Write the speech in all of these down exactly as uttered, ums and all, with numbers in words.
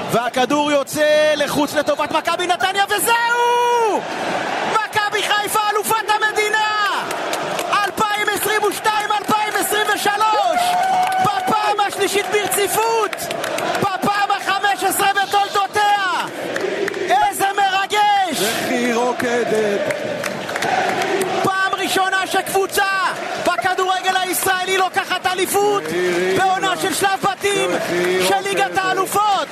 והכדור יוצא לחוץ לטובת מכבי נתניה, וזהו! מכבי חיפה אלופת המדינה אלפיים עשרים ושתיים אלפיים עשרים ושלוש, בפעם השלישית ברציפות, בפעם החמש עשרה בתולדותיה. איזה מרגש! וכי רוקדת. פעם ראשונה שקבוצה בכדורגל הישראלי לוקחת אליפות בעונה של שלב בתים של ליגת האלופות.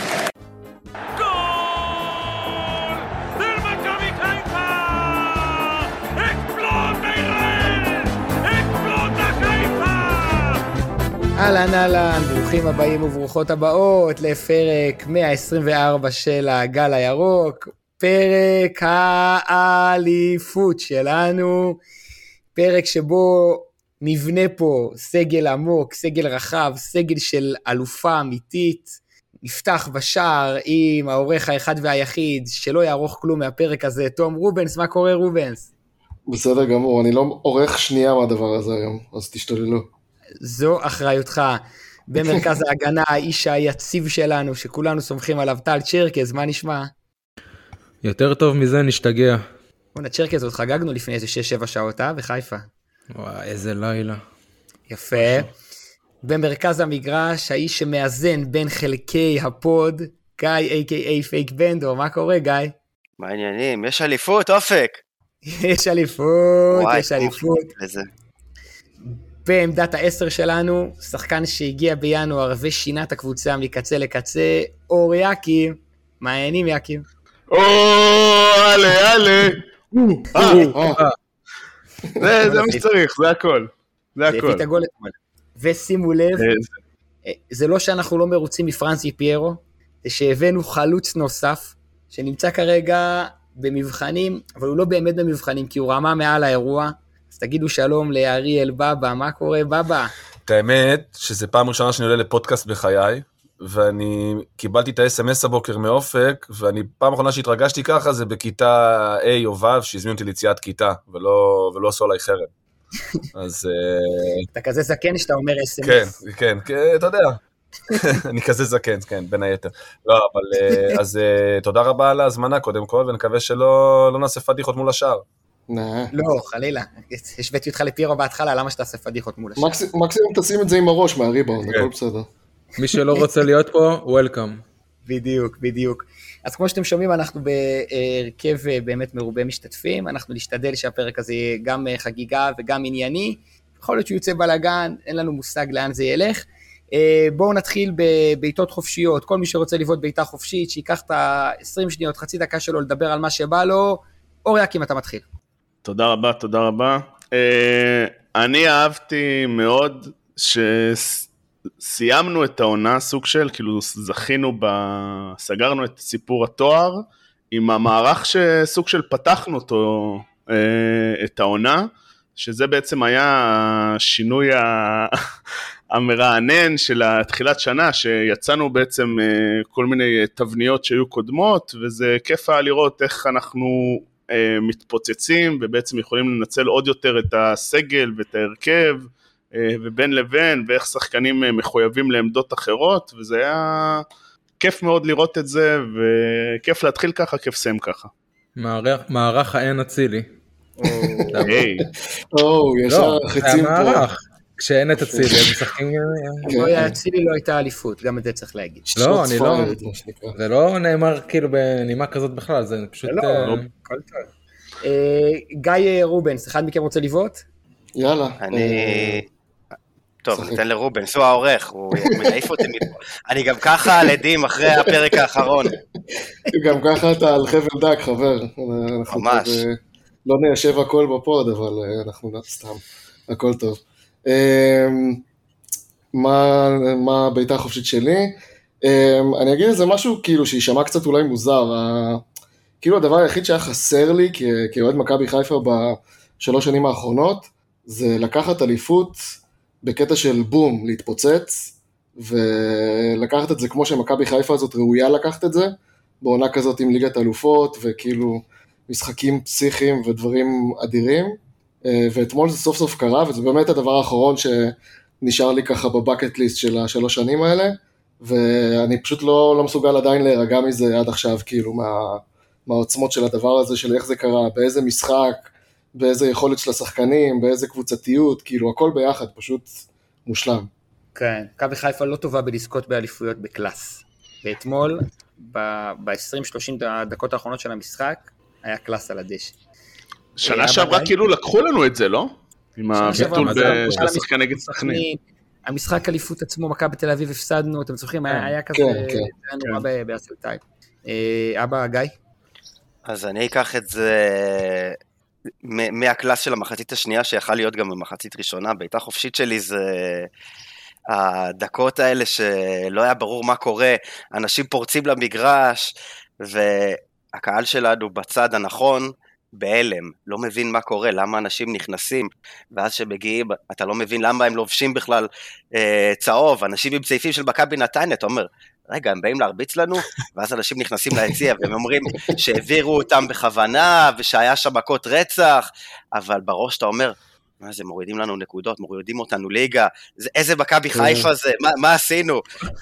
אהלן אהלן, ברוכים הבאים וברוכות הבאות לפרק מאה עשרים וארבע של הגל הירוק, פרק האליפות שלנו, פרק שבו נבנה פה סגל עמוק, סגל רחב, סגל של אלופה אמיתית. נפתח בשער עם העורך האחד והיחיד שלא יערוך כלום מהפרק הזה, תום רובנס. מה קורה רובנס? בסדר גמור, אני לא עורך שנייה מהדבר הזה היום, אז תשתוללו. זו אחריותך. במרכז ההגנה, האיש היציב שלנו, שכולנו סומכים עליו, טל צ'רקז, מה נשמע? יותר טוב מזה נשתגע. בונה, צ'רקז, עוד חגגנו לפני איזה שש שבע שעות, אה? בחיפה. וואי, איזה לילה. יפה. במרכז המגרש, האיש שמאזן בין חלקי הפוד, גיא, איי קיי איי פייק בנדו, מה קורה, גיא? מה העניינים? יש אליפות, אופק. יש אליפות, וואי, יש אליפות. לזה. בעמדת העשר שלנו, שחקן שהגיע בינואר ושינה את הקבוצה מקצה לקצה, אור יקים. מה העניינים, יקים? או, אלה, אלה. זה מה שצריך, זה הכל. זה הכל. ושימו לב, זה לא שאנחנו לא מרוצים מפרנסי פיירו, זה שהבאנו חלוץ נוסף, שנמצא כרגע במבחנים, אבל הוא לא באמת במבחנים, כי הוא רמה מעל האירוע. אז תגידו שלום לאריאל בבא, מה קורה בבא? את האמת, שזה פעם ראשונה שאני עולה לפודקאסט בחיי, ואני קיבלתי את ה-אס אם אס הבוקר מאופק, ואני פעם אחרונה שהתרגשתי ככה, זה בכיתה A או ו', שהזמינו אותי ליציאת כיתה, ולא, ולא עשו עליי חרם. אז... אתה כזה זקן שאתה אומר אס אם אס. כן, כן, אתה יודע. אני כזה זקן, כן, בין היתר. לא, אבל... אז תודה רבה על ההזמנה, קודם כל, ונקווה שלא לא נעשה פדיחות מול השאר. לא, חלילה. השוויתי אותך לפיירו בהתחלה, למה שתעשה פדיחות מול השאר? מקסימום תשים את זה עם הראש מהריבאונד, הכל בסדר. מי שלא רוצה להיות פה, וולקאם. בדיוק, בדיוק. אז כמו שאתם שומעים, אנחנו בהרכב באמת מרובה משתתפים, אנחנו נשתדל שהפרק הזה יהיה גם חגיגה וגם ענייני, יכול להיות שהוא יוצא בלגן, אין לנו מושג לאן זה ילך. בואו נתחיל בביתות חופשיות, כל מי שרוצה לבעוט ביתה חופשית, שיקח את ה-עשרים שניות, חצי דקה שלו לדבר על מה שבא לו. אור יקים, אתה מתחיל. תודה רבה, תודה רבה. אני אהבתי מאוד ש... סיימנו את העונה, סוג של, כאילו זכינו, ב... סגרנו את סיפור התואר, עם המערך שסוג של פתחנו אותו, את העונה, שזה בעצם היה השינוי המרענן של התחילת שנה, שיצאנו בעצם כל מיני תבניות שהיו קודמות, וזה כיף היה לראות איך אנחנו מתפוצצים, ובעצם יכולים לנצל עוד יותר את הסגל ואת ההרכב, ובין לבין, ואיך שחקנים מחויבים לעמדות אחרות, וזה היה כיף מאוד לראות את זה, וכיף להתחיל ככה, כיף סיים ככה. מערך האין אצילי. היי. או, ישר חצים פה. המערך, כשאין את אצילי, הם משחקים... אצילי לא הייתה אליפות, גם את זה צריך להגיד. לא, אני לא... זה לא נאמר כאילו בנימה כזאת בכלל, זה פשוט... לא, כל טוב. גיא רובנס, אחד מכם רוצה לבעוט? יאללה. אני... טוב, ניתן לרובנס, הוא העורך, הוא מעיף אותי מפה. אני גם ככה על עדים אחרי הפרק האחרון. גם ככה אתה על חבל דק, חבר. ממש. לא ניישב הכל בפוד, אבל אנחנו סתם, הכל טוב. מה הביתה החופשית שלי? אני אגיד איזה משהו כאילו שישמע קצת אולי מוזר. כאילו הדבר היחיד שהיה חסר לי כאוהד מכבי חיפה בשלוש שנים האחרונות, זה לקחת אליפות בקטע של בום, להתפוצץ, ולקחת את זה כמו שמכבי חיפה הזאת ראויה לקחת את זה, בעונה כזאת עם ליגת אלופות, וכאילו משחקים פסיכיים ודברים אדירים, ואתמול זה סוף סוף קרה, וזה באמת הדבר האחרון שנשאר לי ככה בבקט ליסט של השלוש שנים האלה, ואני פשוט לא, לא מסוגל עדיין להירגע מזה עד עכשיו, כאילו, מה, מהעוצמות של הדבר הזה, של איך זה קרה, באיזה משחק, באיזה יכולת של השחקנים, באיזה קבוצתיות, כאילו, הכל ביחד, פשוט מושלם. כן, מכבי חיפה לא טובה בלזכות באליפויות בקלאס. ואתמול, ב-עשרים שלושים דקות האחרונות של המשחק, היה קלאס על הדשא. שנה שעברה כאילו לקחו לנו את זה, לא? עם הביטול של השחקן נגד סכנין. המשחק אליפות עצמו, מכבי תל אביב הפסדנו, אתם זוכרים, היה כזה, זה היה נורא באסלטיים. אבא, גיא? אז אני אקח את זה מהקלאס של המחצית השנייה, שיכל להיות גם במחצית ראשונה, בעיטה חופשית שלי זה הדקות האלה שלא היה ברור מה קורה, אנשים פורצים למגרש, והקהל שלנו בצד הנכון, בהלם, לא מבין מה קורה, למה אנשים נכנסים, ואז שמגיעים, אתה לא מבין למה הם לובשים בכלל אה, צהוב, אנשים עם צעיפים של מכבי נתניה, אתה אומר, רגע, הם באים להרביץ לנו, ואז אנשים נכנסים ליציע, והם אומרים שהעבירו אותם בכוונה, ושהיה שם מכות רצח, אבל בראש אתה אומר, מה זה, מורידים לנו נקודות, מורידים אותנו ליגה, זה, איזה מכבי חיפה זה, מה, מה עשינו?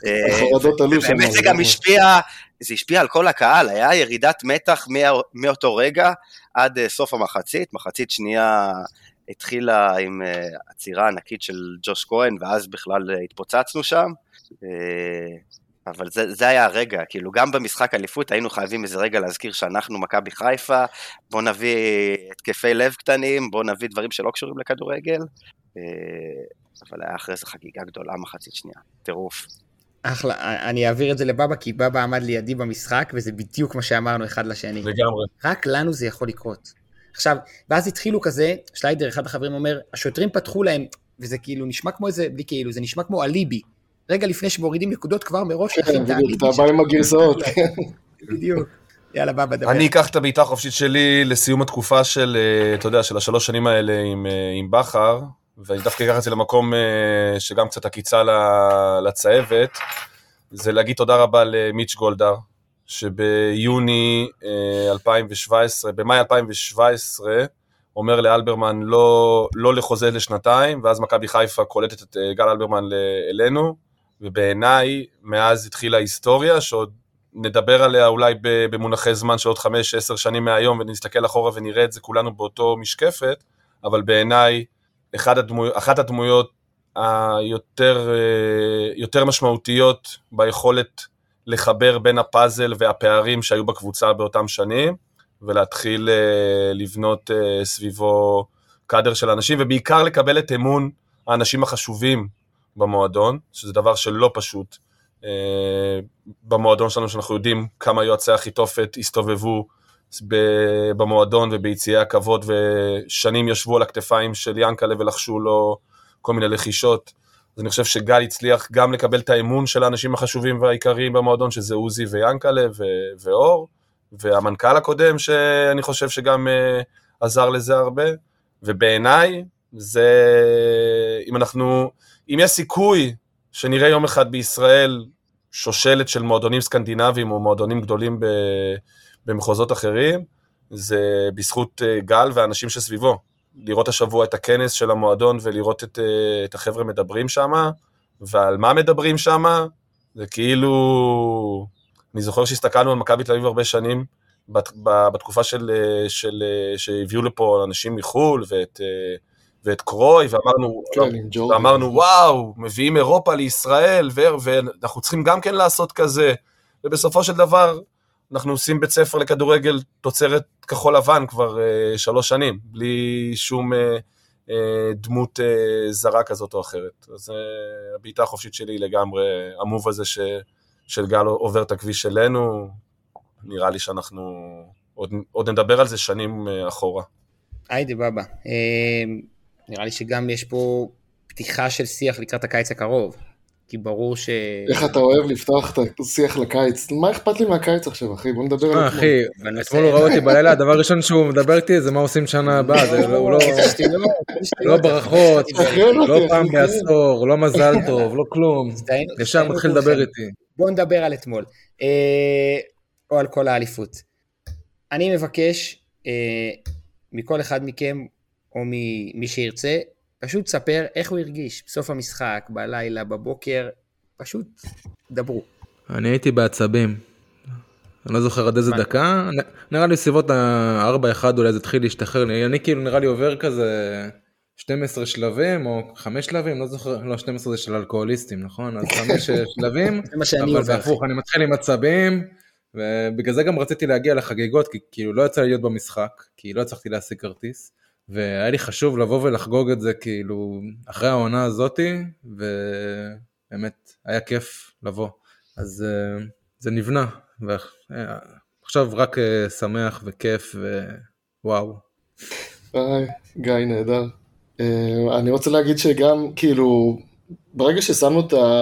באמת זה גם השפיע, זה השפיע על כל הקהל, היה ירידת מתח מאותו רגע, עד סוף המחצית, מחצית שנייה התחילה עם עצירה ענקית של ג'וש כהן, ואז בכלל התפוצצנו שם, אבל זה, זה היה הרגע, כאילו גם במשחק אליפות היינו חייבים איזה רגע להזכיר שאנחנו מכבי חיפה, בוא נביא התקפי לב קטנים, בוא נביא דברים שלא קשורים לכדורגל, אבל היה אחרי זה חגיגה גדולה מחצית שנייה, טירוף. אחלה, אני אעביר את זה לבאבא, כי באבא עמד לידי במשחק, וזה בדיוק מה שאמרנו אחד לשני. לגמרי. רק לנו זה יכול לקרות. עכשיו, ואז התחילו כזה, שליידר, אחד החברים אומר, השוטרים פתחו להם, וזה כאילו נשמע כמו איזה, בלי כאילו, זה נשמע כמו אליבי. רגע לפני שמורידים נקודות כבר מראש, כן, בדיוק, אתה בא עם הגרסאות. בדיוק. יאללה, באבא, דבר. אני אקח את הבעיטה החופשית שלי לסיום התקופה של, אתה יודע, של השלוש שנים האלה עם, עם בחר, ואני דווקא אקח את זה למקום שגם קצת הקיצה לצהבת, זה להגיד תודה רבה למיץ' גולדהר, שביוני אלפיים שבע עשרה, במאי אלפיים שבע עשרה, אומר לאלברמן לא, לא לחוזה לשנתיים, ואז מכבי חיפה קולטת את גל אלברמן אלינו, ובעיניי מאז התחילה ההיסטוריה, שעוד נדבר עליה אולי במונחי זמן של עוד חמש, עשר שנים מהיום, ונסתכל אחורה ונראה את זה כולנו באותו משקפת, אבל בעיניי אחת הדמויות, אחת הדמויות היותר יותר משמעותיות ביכולת לחבר בין הפאזל והפערים שהיו בקבוצה באותם שנים, ולהתחיל לבנות סביבו קאדר של אנשים, ובעיקר לקבל את אמון האנשים החשובים במועדון, שזה דבר שלא פשוט במועדון שלנו, שאנחנו יודעים כמה יועצי החיתופת הסתובבו במועדון וביציעי הכבוד, ושנים ישבו על הכתפיים של ינקלה ולחשו לו כל מיני לחישות. אז אני חושב שגל הצליח גם לקבל את האמון של האנשים החשובים והעיקריים במועדון, שזה עוזי ויאנקלה ו- ואור, והמנכ"ל הקודם שאני חושב שגם uh, עזר לזה הרבה, ובעיניי זה, אם אנחנו, אם יש סיכוי שנראה יום אחד בישראל שושלת של מועדונים סקנדינביים או מועדונים גדולים ב, במחוזות אחרים, זה בזכות uh, גל והאנשים שסביבו. לראות השבוע את הכנס של המועדון ולראות את, uh, את החבר'ה מדברים שם, ועל מה מדברים שם, זה כאילו... אני זוכר שהסתכלנו על מכבי תל אביב הרבה שנים, בתקופה של, של, שהביאו לפה אנשים מחול, ואת, ואת קרוי, ואמרנו, כן, ואמרנו, וואו, מביאים אירופה לישראל, ואנחנו צריכים גם כן לעשות כזה, ובסופו של דבר, אנחנו עושים בית ספר לכדורגל תוצרת כחול לבן כבר שלוש שנים, בלי שום דמות זרה כזאת או אחרת. אז הבעיטה החופשית שלי לגמרי, המוב הזה ש... של גל עובר את הכביש שלנו, נראה לי שאנחנו עוד, עוד נדבר על זה שנים אחורה. היידי בבא, נראה לי שגם יש פה פתיחה של שיח לקראת הקיץ הקרוב, כי ברור ש... איך אתה אוהב לפתוח את השיח לקיץ? מה אכפת לי מהקיץ עכשיו, אחי? בוא נדבר על אתמול. אחי, אתמול הוא ראה אותי בלילה, הדבר הראשון שהוא מדבר איתי זה מה עושים שנה הבאה, זה לא ברכות, לא פעם בעשור, לא מזל טוב, לא כלום, ישר מתחיל לדבר איתי. בואו נדבר על אתמול, או על כל האליפות. אני מבקש מכל אחד מכם, או ממי שירצה, פשוט ספר איך הוא הרגיש בסוף המשחק, בלילה, בבוקר, פשוט דברו. אני הייתי בעצבים. אני לא זוכר עד איזה דקה, נראה לי סביבות ה-ארבע אחת אולי זה התחיל להשתחרר לי, אני כאילו נראה לי עובר כזה שנים עשר שלבים או חמש שלבים, לא זוכר, לא שנים עשר זה של אלכוהוליסטים, נכון? אז חמש שלבים, אבל בהפוך אני מתחיל עם עצבים, ובגלל זה גם רציתי להגיע לחגיגות, כי כאילו לא יצא להיות במשחק, כי לא הצלחתי להשיג כרטיס, והיה לי חשוב לבוא ולחגוג את זה כאילו אחרי העונה הזאתי, ובאמת היה כיף לבוא, אז זה נבנה. ועכשיו רק שמח וכיף ווואו. היי, גיא נהדר. אני רוצה להגיד שגם כאילו ברגע ששמנו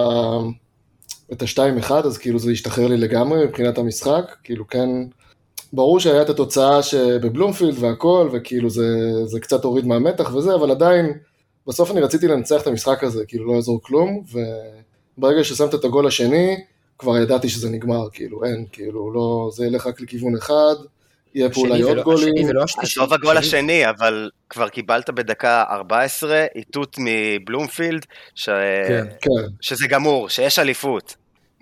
את ה-שתיים אחד אז כאילו זה השתחרר לי לגמרי מבחינת המשחק, כאילו כן ברור שהיה את התוצאה שבבלומפילד והכל וכאילו זה, זה קצת הוריד מהמתח וזה, אבל עדיין בסוף אני רציתי לנצח את המשחק הזה, כאילו לא יעזור כלום, וברגע ששמת את הגול השני כבר ידעתי שזה נגמר, כאילו, אין, כאילו, לא, זה ילך רק לכיוון אחד, יהיה פה אולי עוד גולים. עזוב הגול השני, אבל כבר קיבלת בדקה ארבע עשרה, איתות מבלומפילד, שזה גמור, שיש אליפות.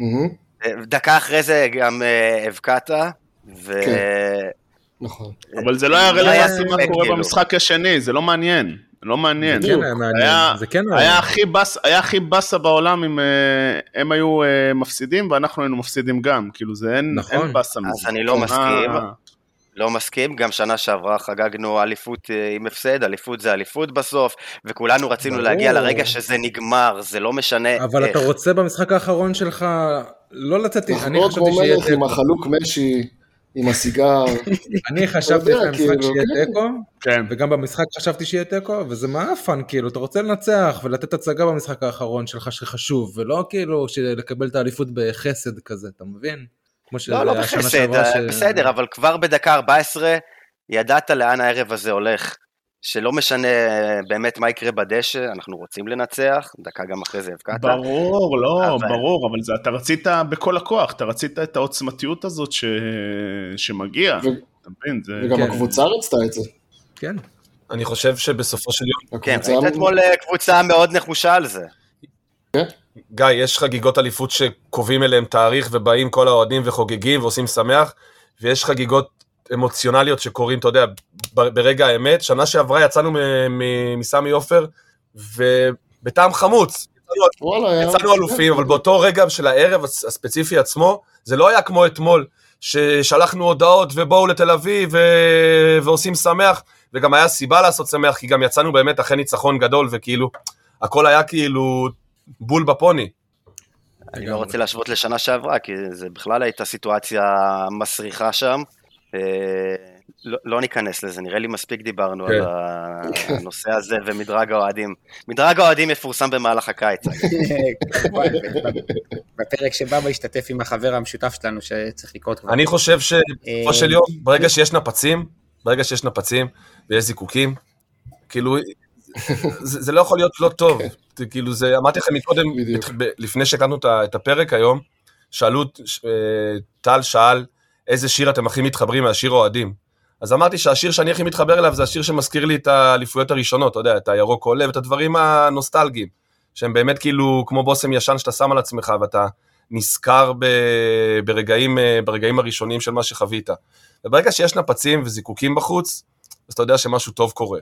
דקה אחרי זה גם הבקעת, ו... נכון. אבל זה לא היה רלוונטי מה קורה במשחק השני, זה לא מעניין. לא מעניין. זה כן היה מעניין. זה כן היה הכי בס, היה הכי בסה בעולם אם הם היו מפסידים ואנחנו היינו מפסידים גם, כאילו זה אין, אין בסה מזה. אז אני לא מסכים, לא מסכים, גם שנה שעברה חגגנו אליפות עם הפסד, אליפות זה אליפות בסוף, וכולנו רצינו להגיע לרגע שזה נגמר, זה לא משנה איך. אבל אתה רוצה במשחק האחרון שלך לא לצאת, אני חשבתי שיהיה תיקו. עם החלוק משי, עם הסיגר. אני חשבתי במשחק שיהיה תיקו, וגם במשחק חשבתי שיהיה תיקו, וזה מאפן, כאילו, אתה רוצה לנצח ולתת הצגה במשחק האחרון שלך שחשוב, ולא כאילו לקבל את האליפות בחסד כזה, אתה מבין? לא, לא בחסד, בסדר, אבל כבר בדקה ארבע עשרה ידעת לאן הערב הזה הולך, שלא משנה באמת מה יקרה בדשא, אנחנו רוצים לנצח, דקה גם אחרי זה הבקעת. ברור, לא, ברור, אבל זה, אתה רצית בכל הכוח, אתה רצית את העוצמתיות הזאת ש... שמגיע. וגם הקבוצה רצתה את זה. כן. אני חושב שבסופו של יום... כן, ראית אתמול קבוצה מאוד נחושה על זה. כן. גיא, יש חגיגות אליפות שקובעים אליהם תאריך, ובאים כל האוהדים וחוגגים ועושים שמח, ויש חגיגות אמוציונליות שקורים, אתה יודע, ברגע האמת. שנה שעברה יצאנו מסמי עופר, ובטעם חמוץ, יצאנו אלופים, אבל באותו רגע של הערב הספציפי עצמו, זה לא היה כמו אתמול, ששלחנו הודעות ובואו לתל אביב ועושים שמח, וגם היה סיבה לעשות שמח, כי גם יצאנו באמת אחרי ניצחון גדול, וכאילו, הכל היה כאילו בול בפוני. אני לא רוצה להשוות לשנה שעברה, כי זה בכלל הייתה סיטואציה מסריחה שם, לא, לא ניכנס לזה, נראה לי מספיק דיברנו על הנושא הזה ומדרג האוהדים. מדרג האוהדים יפורסם במהלך הקיץ. בפרק שבא בהשתתף עם החבר המשותף שלנו שצריך לקרות כבר. אני חושב שבסופו של יום, ברגע שיש נפצים, ברגע שיש נפצים ויש זיקוקים, כאילו, זה לא יכול להיות לא טוב. כאילו זה, אמרתי לכם מקודם, לפני שהקלטנו את הפרק היום, שאלו, טל שאל, איזה שיר אתם הכי מתחברים מהשיר אוהדים? אז אמרתי שהשיר שאני הכי מתחבר אליו, זה השיר שמזכיר לי את האליפויות הראשונות, אתה יודע, את הירוק עולה, ואת הדברים הנוסטלגיים, שהם באמת כאילו כמו בוסם ישן שאתה שם על עצמך, ואתה נזכר ברגעים, ברגעים הראשונים של מה שחווית. וברגע שיש נפצים וזיקוקים בחוץ, אז אתה יודע שמשהו טוב קורה.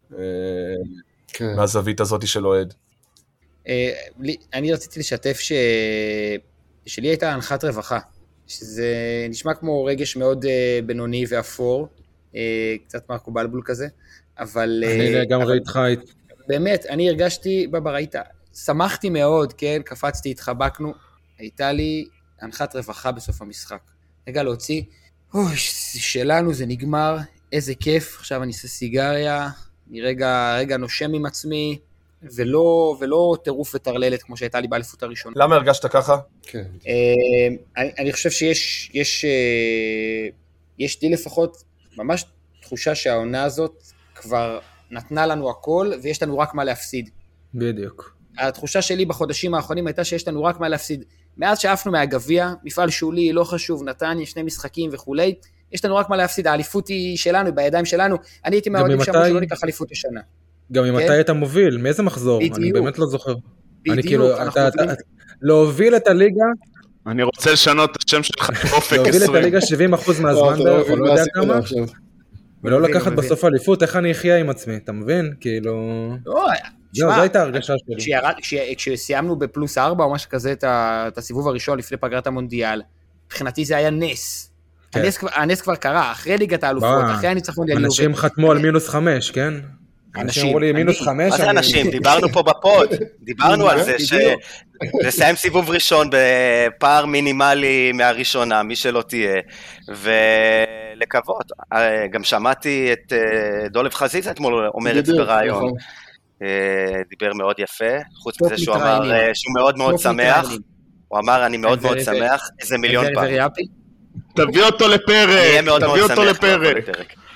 מהזווית הזאת של אוהד. אני רציתי לשתף שלי הייתה הנחת רווחה, שזה נשמע כמו רגש מאוד בינוני ואפור, קצת מרקו בלבול כזה, אבל... אני גם ראית חי. באמת, אני הרגשתי, בבא ראית, שמחתי מאוד, כן, קפצתי, התחבקנו, הייתה לי הנחת רווחה בסוף המשחק. רגע להוציא, אוי, שלנו זה נגמר, איזה כיף, עכשיו אני עושה סיגריה, אני רגע, רגע נושם עם עצמי, ולא, ולא טירוף וטרללת כמו שהייתה לי באליפות הראשונה. למה הרגשת ככה? כן. אני, אני חושב שיש, יש, יש לי לפחות ממש תחושה שהעונה הזאת כבר נתנה לנו הכל, ויש לנו רק מה להפסיד. בדיוק. התחושה שלי בחודשים האחרונים הייתה שיש לנו רק מה להפסיד. מאז שעפנו מהגביע, מפעל שולי, לא חשוב, נתן שני משחקים וכולי, יש לנו רק מה להפסיד, האליפות היא שלנו, היא בידיים שלנו. אני הייתי מהעודים שאמרו שלא ניקח אליפות השנה. גם אם אתה היית מוביל, מאיזה מחזור? אני באמת לא זוכר. בדיוק, אנחנו מובילים. להוביל את הליגה, אני רוצה לשנות את השם שלך באופק עשרים. להוביל את הליגה שבעים אחוז מהזמן בערך, או לא יודע כמה, ולא לקחת בסוף אליפות, איך אני אחיה עם עצמי, אתה מבין? כאילו... זו הייתה הרגשה שלי. כשסיימנו בפלוס ארבע או משהו כזה את הסיבוב הראשון לפני פגרת המונדיאל, מבחינתי זה היה נס. הנס כבר קרה, אחרי ליגת האלופות, אחרי הניצחון. אנשים חתמו על מינוס חמש, כן? אנשים אמרו לי מינוס חמש. מה זה אנשים? דיברנו פה בפוד, דיברנו על זה שלסיים סיבוב ראשון בפער מינימלי מהראשונה, מי שלא תהיה, ולקוות. גם שמעתי את דולב חזיזה אתמול אומר את זה ברעיון. דיבר מאוד יפה, חוץ מזה שהוא אמר שהוא מאוד מאוד שמח, הוא אמר אני מאוד מאוד שמח, איזה מיליון פעם. תביא אותו לפרק, תביא אותו לפרק.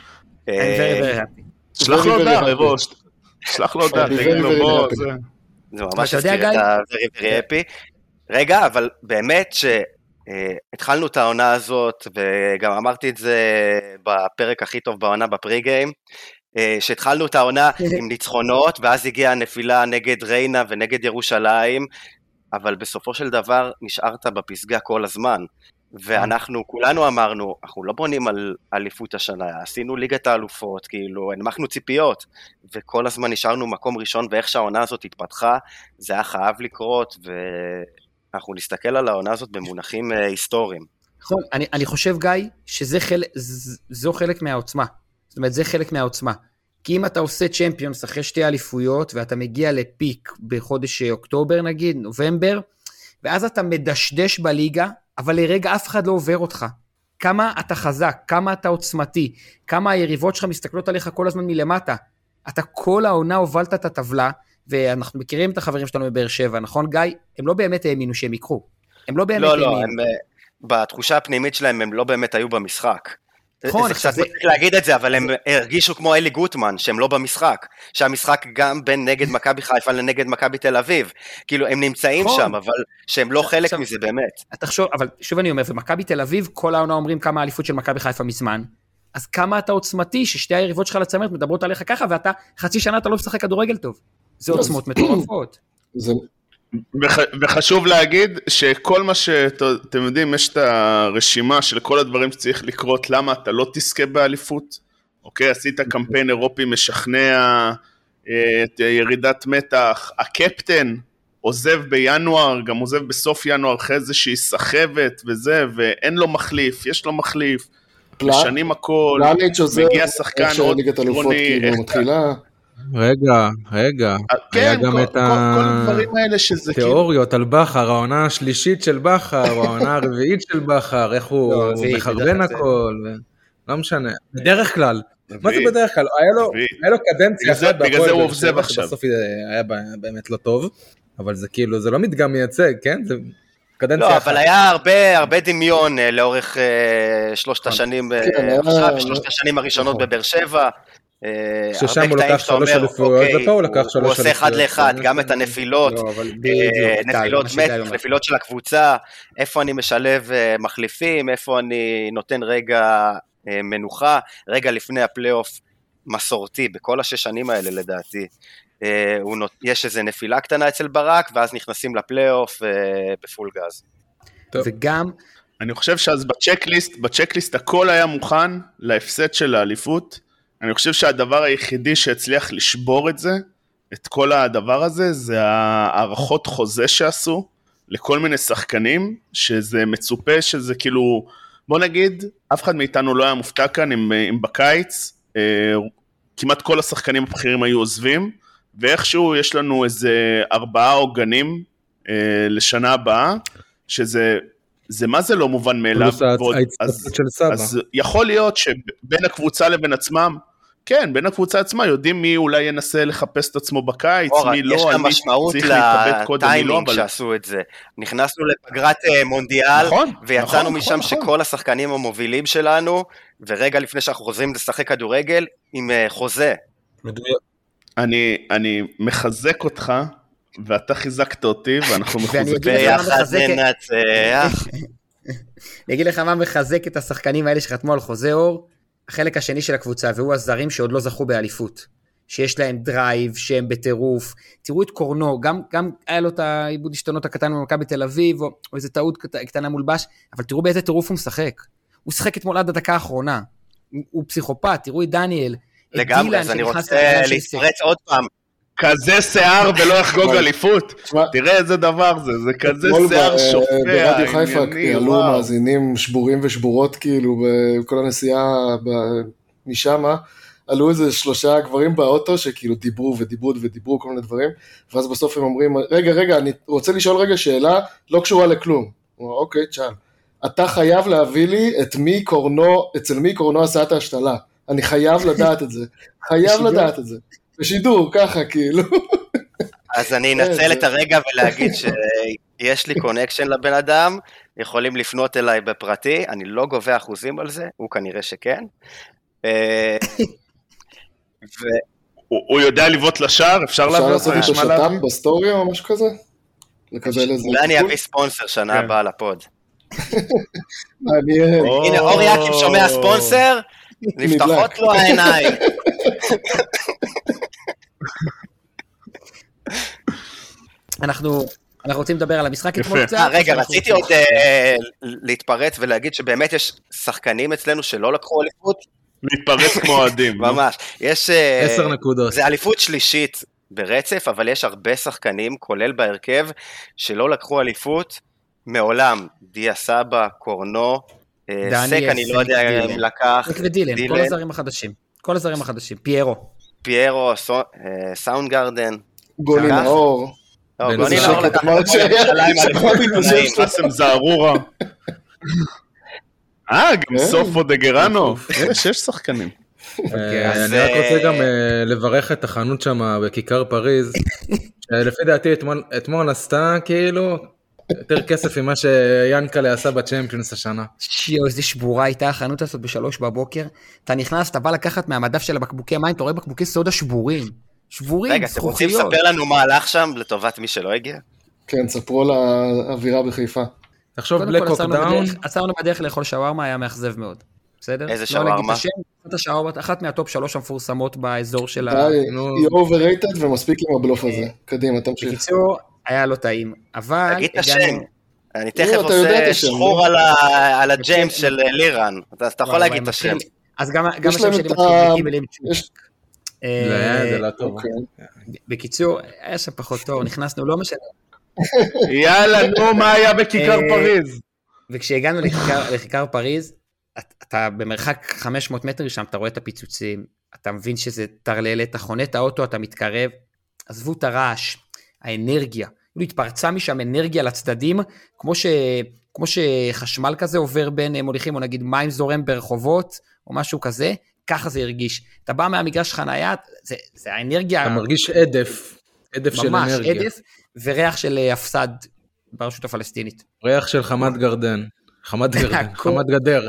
שלח לו הודעה, ראש. שלח לו הודעה, תגיד לו בוא. זה ממש הזכיר את ה-very very happy. רגע, אבל באמת שהתחלנו את העונה הזאת, וגם אמרתי את זה בפרק הכי טוב בעונה בפרי-גיים, שהתחלנו את העונה עם ניצחונות, ואז הגיעה הנפילה נגד ריינה ונגד ירושלים, אבל בסופו של דבר נשארת בפסגה כל הזמן. ואנחנו כולנו אמרנו, אנחנו לא בונים על אליפות השנה, עשינו ליגת האלופות, כאילו, הנמכנו ציפיות, וכל הזמן נשארנו מקום ראשון, ואיך שהעונה הזאת התפתחה, זה היה חייב לקרות, ואנחנו נסתכל על העונה הזאת במונחים היסטוריים. נכון, אני, אני חושב, גיא, שזה חלק, זו חלק מהעוצמה, זאת אומרת, זה חלק מהעוצמה, כי אם אתה עושה צ'מפיונס אחרי שתי אליפויות, ואתה מגיע לפיק בחודש אוקטובר נגיד, נובמבר, ואז אתה מדשדש בליגה, אבל לרגע אף אחד לא עובר אותך. כמה אתה חזק, כמה אתה עוצמתי, כמה היריבות שלך מסתכלות עליך כל הזמן מלמטה. אתה כל העונה הובלת את הטבלה, ואנחנו מכירים את החברים שלנו בבאר שבע, נכון גיא? הם לא באמת האמינו שהם יקרו. הם לא באמת לא, האמינו. לא, הם, בתחושה הפנימית שלהם הם לא באמת היו במשחק. נכון, זה קצת מצליח להגיד את זה, אבל הם הרגישו כמו אלי גוטמן, שהם לא במשחק, שהמשחק גם בין נגד מכבי חיפה לנגד מכבי תל אביב, כאילו הם נמצאים שם, אבל שהם לא חלק מזה באמת. אתה חושב, אבל שוב אני אומר, ומכבי תל אביב, כל העונה אומרים כמה האליפות של מכבי חיפה מזמן, אז כמה אתה עוצמתי, ששתי היריבות שלך לצמרת מדברות עליך ככה, ואתה חצי שנה אתה לא משחק כדורגל טוב. זה עוצמות מטורפות. זה... וחשוב להגיד שכל מה שאתם יודעים, יש את הרשימה של כל הדברים שצריך לקרות, למה אתה לא תזכה באליפות, אוקיי, עשית קמפיין אירופי משכנע, את ירידת מתח, הקפטן עוזב בינואר, גם עוזב בסוף ינואר, אחרי איזושהי סחבת וזה, ואין לו מחליף, יש לו מחליף, משנים הכל, מגיע שחקן עוד עקרוני, מתחילה... רגע, רגע, היה גם את התיאוריות על בחר, העונה השלישית של בחר, העונה הרביעית של בחר, איך הוא מחרבן הכל, לא משנה, בדרך כלל, מה זה בדרך כלל? היה לו קדנציה אחת, בגלל זה הוא עובזב עכשיו. בסוף היה באמת לא טוב, אבל זה כאילו, זה לא מדגם מייצג, כן? זה קדנציה אחת. לא, אבל היה הרבה דמיון לאורך שלושת השנים, עכשיו, שלושת השנים הראשונות בבאר שבע, ששם הוא לקח שלוש אליפויות, ופה הוא לקח שלוש אליפויות. הוא עושה אחד לאחד, גם את הנפילות, נפילות של הקבוצה, איפה אני משלב מחליפים, איפה אני נותן רגע מנוחה, רגע לפני הפלייאוף מסורתי, בכל השש שנים האלה לדעתי, יש איזו נפילה קטנה אצל ברק, ואז נכנסים לפלייאוף בפול גז. וגם... אני חושב שאז בצ'קליסט, בצ'קליסט הכל היה מוכן להפסד של האליפות, אני חושב שהדבר היחידי שהצליח לשבור את זה, את כל הדבר הזה, זה הערכות חוזה שעשו לכל מיני שחקנים, שזה מצופה שזה כאילו, בוא נגיד, אף אחד מאיתנו לא היה מופתע כאן, אם, אם בקיץ, אה, כמעט כל השחקנים הבכירים היו עוזבים, ואיכשהו יש לנו איזה ארבעה עוגנים אה, לשנה הבאה, שזה... זה מה זה לא מובן מאליו, אז, אז יכול להיות שבין הקבוצה לבין עצמם, כן, בין הקבוצה עצמה, יודעים מי אולי ינסה לחפש את עצמו בקיץ, מי לא, יש גם משמעות לטיימינג שעשו את זה. נכנסנו לפגרת מונדיאל, ויצאנו משם שכל השחקנים המובילים שלנו, ורגע לפני שאנחנו חוזרים לשחק כדורגל, עם חוזה. אני מחזק אותך, ואתה חיזקת אותי, ואנחנו מחוזקים. ביחד ננצח. אני אגיד לך מה מחזק את השחקנים האלה שחתמו על חוזה אור, החלק השני של הקבוצה, והוא הזרים שעוד לא זכו באליפות. שיש להם דרייב, שהם בטירוף, תראו את קורנו, גם, גם היה לו את העיבוד השתנות הקטן במכבי בתל אביב, או, או איזו טעות קטנה מולבש, אבל תראו באיזה טירוף הוא משחק, הוא שחק אתמול עד הדקה האחרונה, הוא, הוא פסיכופת, תראו את דניאל, לגמרי, אז אני רוצה להתפרץ עוד פעם, כזה שיער ולא יחגוג אליפות, תראה איזה דבר זה, זה כזה שיער שופע, ברדיו חיפה עלו מאזינים שבורים ושבורות כאילו, בכל הנסיעה משם, עלו איזה שלושה גברים באוטו שכאילו דיברו ודיברו ודיברו כל מיני דברים, ואז בסוף הם אומרים, רגע, רגע, אני רוצה לשאול רגע שאלה, לא קשורה לכלום. אוקיי, תשאל. אתה חייב להביא לי את מי קורנו, אצל מי קורנו עשה את ההשתלה. אני חייב לדעת את זה. חייב לדעת את זה. בשידור, ככה כאילו. אז אני אנצל את הרגע ולהגיד שיש לי קונקשן לבן אדם, יכולים לפנות אליי בפרטי, אני לא גובה אחוזים על זה, הוא כנראה שכן. הוא יודע לבעוט לשער, אפשר להביא לעשות איתו שטאפ בסטוריה או משהו כזה? אולי אני אביא ספונסר שנה הבאה לפוד. מעניין. הנה אורי אקים שומע ספונסר, נפתחות לו העיניים. אנחנו אנחנו רוצים לדבר על המשחק אתמול קצת. רגע, רציתי עוד להתפרץ ולהגיד שבאמת יש שחקנים אצלנו שלא לקחו אליפות. להתפרץ כמו אוהדים. ממש. יש... עשר נקודות. זה אליפות שלישית ברצף, אבל יש הרבה שחקנים, כולל בהרכב, שלא לקחו אליפות מעולם. דיה סבא, קורנו, סק, אני לא יודע אם לקח. סק ודילן, כל הזרים החדשים. כל הזרים החדשים. פיירו. פיירו, סאונד גרדן. גולי נאור. גולי נאור לקח חסם זערורה. אה, גם סופו דגרנו. יש שחקנים. אני רק רוצה גם לברך את החנות שם בכיכר פריז, שלפי דעתי אתמול עשתה כאילו יותר כסף ממה שיאנקלה עשה בצ'מפיונס השנה. שיו, איזה שבורה הייתה החנות הזאת בשלוש בבוקר, אתה נכנס, אתה בא לקחת מהמדף של הבקבוקי מים, אתה רואה בקבוקי סודה שבורים, שבורים, רגע, אתם רוצים לספר לנו מה הלך שם לטובת מי שלא הגיע? כן, ספרו לאווירה בחיפה. תחשוב בלק אוף דאון. עצרנו בדרך לאכול שווארמה, היה מאכזב מאוד. בסדר? איזה שווארמה? אחת מהטופ שלוש המפורסמות באזור של ה... היא אובררייטד ומספיק עם הבלוף הזה. קדימה, תמשיך. בקיצור, היה לא טעים. אבל... תגיד את השם. אני תכף עושה שחור על הג'יימס של לירן. אתה יכול להגיד את השם. אז גם השם שלי מתחיל בגימלים צ'וק. זה לא טוב. בקיצור, היה שם פחות טוב, נכנסנו, לא משנה. יאללה, נו, מה היה בכיכר פריז? וכשהגענו לכיכר פריז, אתה במרחק חמש מאות מטר שם, אתה רואה את הפיצוצים, אתה מבין שזה תרללת, אתה חונה את האוטו, אתה מתקרב, עזבו את הרעש, האנרגיה, התפרצה משם אנרגיה לצדדים, כמו, ש, כמו שחשמל כזה עובר בין מוליכים, או נגיד מים זורם ברחובות, או משהו כזה, ככה זה הרגיש. אתה בא מהמגרש חנייה, זה, זה האנרגיה... אתה מרגיש עדף, עדף של אנרגיה. ממש, עדף, וריח של הפסד ברשות הפלסטינית. ריח של חמת גרדן, חמת גרדן, חמת גדר.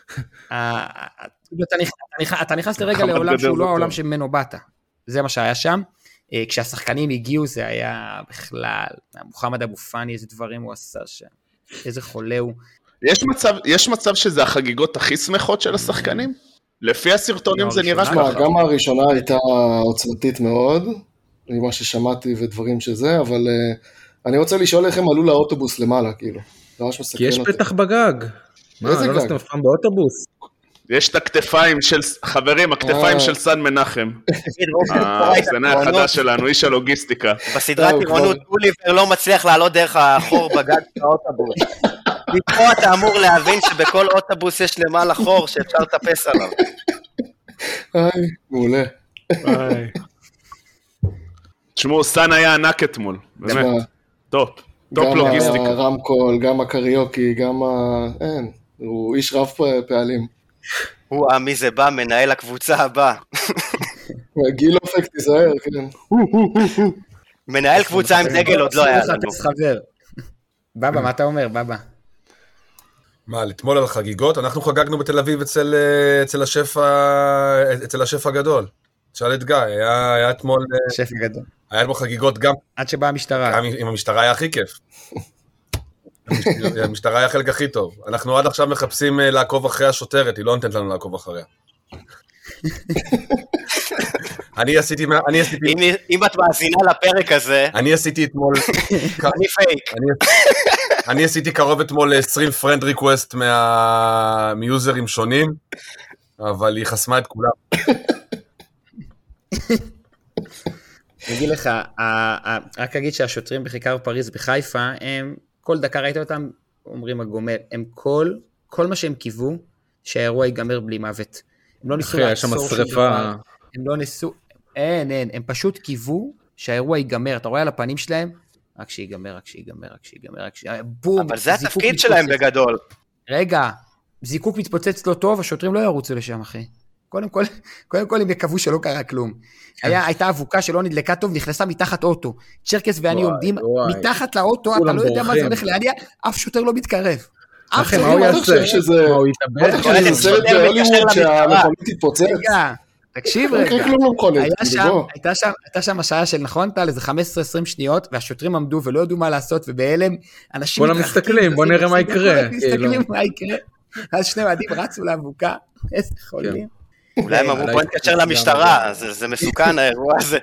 אתה נכנס לרגע לעולם שהוא לא העולם שממנו באת, זה מה שהיה שם, כשהשחקנים הגיעו זה היה בכלל, מוחמד אבו פאני, איזה דברים הוא עשה שם, איזה חולה הוא. יש מצב שזה החגיגות הכי שמחות של השחקנים? לפי הסרטונים זה נראה ככה. גם הראשונה הייתה עוצמתית מאוד, ממה ששמעתי ודברים שזה, אבל אני רוצה לשאול איך הם עלו לאוטובוס למעלה, כאילו. כי יש פתח בגג. מה, לא נסתם אף פעם באוטובוס? יש את הכתפיים של, חברים, הכתפיים של סן מנחם. הסצנה החדש שלנו, איש הלוגיסטיקה. בסדרת טירונות, אוליבר לא מצליח לעלות דרך החור בגג של האוטובוס. מפה אתה אמור להבין שבכל אוטובוס יש למעלה חור שאפשר לטפס עליו. איי, מעולה. תשמעו, סן היה ענק אתמול, באמת. טופ, טופ לוגיסטיקה. גם הרמקול, גם הקריוקי, גם ה... אין, הוא איש רב פעלים. הוא מי זה בא, מנהל הקבוצה הבא. גיל אופק, תיזהר, כן. מנהל קבוצה עם דגל עוד לא היה לנו. בבא, מה אתה אומר, בבא? מה, לתמול על חגיגות? אנחנו חגגנו בתל אביב אצל, אצל השף, אצל השף הגדול. שאל את גיא, היה, היה אתמול... שף הגדול. היה בו חגיגות גם... עד שבאה המשטרה. גם עם המשטרה היה הכי כיף. המשטרה היה החלק הכי טוב. אנחנו עד עכשיו מחפשים לעקוב אחרי השוטרת, היא לא נותנת לנו לעקוב אחריה. אני עשיתי, אני עשיתי... אם, אם את מאזינה לפרק הזה... אני עשיתי אתמול... אני פייק. אני, אני עשיתי קרוב אתמול ל-עשרים פרנד ריקווסט מה... מיוזרים שונים, אבל היא חסמה את כולם. אני אגיד לך, רק אגיד שהשוטרים בכיכר פריז בחיפה, הם, כל דקה ראית אותם, אומרים הגומל, הם כל, כל מה שהם קיוו, שהאירוע ייגמר בלי מוות. הם לא ניסו לעצור שום דבר, הם לא ניסו, אין, אין, הם פשוט קיוו שהאירוע ייגמר, אתה רואה על הפנים שלהם, רק שיגמר, רק שיגמר, רק שיגמר, רק שיגמר, בום. אבל זה התפקיד שלהם בגדול. רגע, זיקוק מתפוצץ לא טוב, השוטרים לא ירוצו לשם, אחי. קודם כל, קודם כל הם יקוו שלא קרה כלום. היה, הייתה אבוקה שלא נדלקה טוב, נכנסה מתחת אוטו. צ'רקס ואני עומדים מתחת לאוטו, אתה לא יודע מה זה הולך להניע, אף שוטר לא מתקרב. אף שוטר לא יעשה שזה... מה אתה חושב שזה סרט בהוליווד שהמכונית תתפוצץ? רגע, תקשיב רגע. הייתה שם השעה של נכון, טל, איזה חמש עשרה עשרים שניות, והשוטרים עמדו ולא ידעו מה לעשות, ובהלם אנשים... בוא מסתכלים, בוא נראה מה יקרה. מסתכלים מה יקרה. אז שני ועדים רצו לאבוקה, איזה חולים. אולי הם אמרו, בוא נתקשר למשטרה, זה מסוכן האירוע הזה.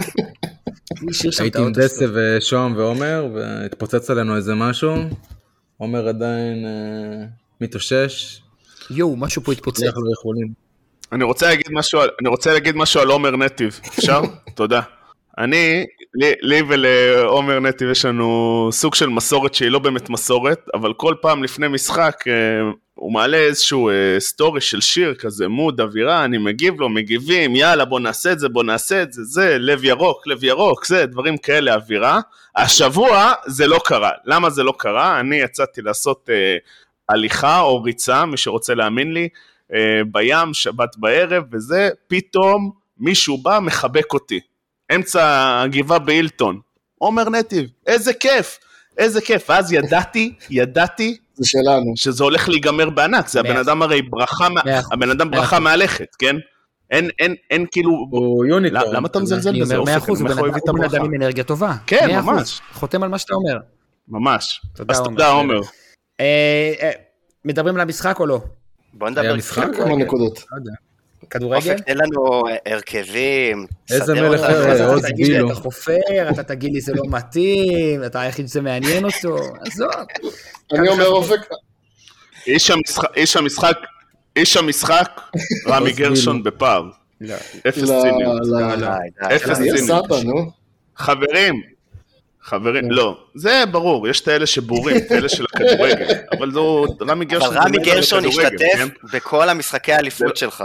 הייתי עם דסה ושום ועומר, והתפוצץ עלינו איזה משהו, עומר עדיין מתאושש. יואו, משהו פה התפוצץ. אני רוצה להגיד משהו, אני רוצה להגיד משהו על עומר נתיב, אפשר? תודה. אני, לי, לי ולעומר נתיב יש לנו סוג של מסורת שהיא לא באמת מסורת, אבל כל פעם לפני משחק הוא מעלה איזשהו סטורי של שיר כזה, מוד, אווירה, אני מגיב לו, מגיבים, יאללה בוא נעשה את זה, בוא נעשה את זה, זה, לב ירוק, לב ירוק, זה, דברים כאלה, אווירה. השבוע זה לא קרה. למה זה לא קרה? אני יצאתי לעשות אה, הליכה או ריצה, מי שרוצה להאמין לי, אה, בים, שבת בערב, וזה, פתאום מישהו בא, מחבק אותי. אמצע הגבעה באילטון. עומר נתיב, איזה כיף, איזה כיף. ואז ידעתי, ידעתי, זה שלנו. שזה הולך להיגמר בענק, זה הבן אדם הרי ברכה, הבן אדם ברכה מהלכת, כן? אין, אין, אין כאילו... הוא יוניטור. למה אתה מזלזל בזה? מאה אחוז, הוא בן אדם עם אנרגיה טובה. כן, ממש. חותם על מה שאתה אומר. ממש. אז תודה, עומר. מדברים על המשחק או לא? בוא נדבר. משחק כמה נקודות. כדורגל? אופק, תן לנו הרכבים. איזה מלך עוז בילו. אתה חופר, אתה תגיד לי זה לא מתאים, אתה היחיד שזה מעניין אותו, עזוב. אני אומר אופק. איש המשחק, איש המשחק, רמי גרשון בפער. אפס ציניות. אפס ציניות. חברים, חברים, לא, זה ברור, יש את האלה שבורים, את האלה של הכדורגל, אבל זו רמי גרשון. אבל רמי גרשון השתתף בכל המשחקי האליפות שלך.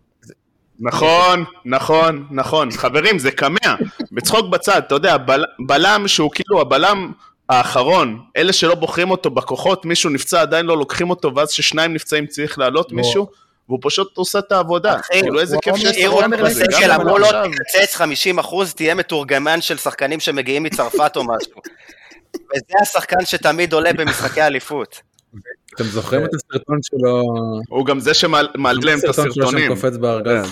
נכון, נכון, נכון. חברים, זה קמע. בצחוק בצד, אתה יודע, בלם שהוא כאילו הבלם האחרון, אלה שלא בוחרים אותו בכוחות, מישהו נפצע, עדיין לא לוקחים אותו, ואז ששניים נפצעים צריך לעלות מישהו, והוא פשוט עושה את העבודה. כאילו איזה כיף שיש סרון כזה. של אמרו לו, תקצץ חמישים אחוז, תהיה מתורגמן של שחקנים שמגיעים מצרפת או משהו. וזה השחקן שתמיד עולה במשחקי האליפות. אתם זוכרים את הסרטון שלו? הוא גם זה שמעלה את הסרטונים. קופץ בארגז.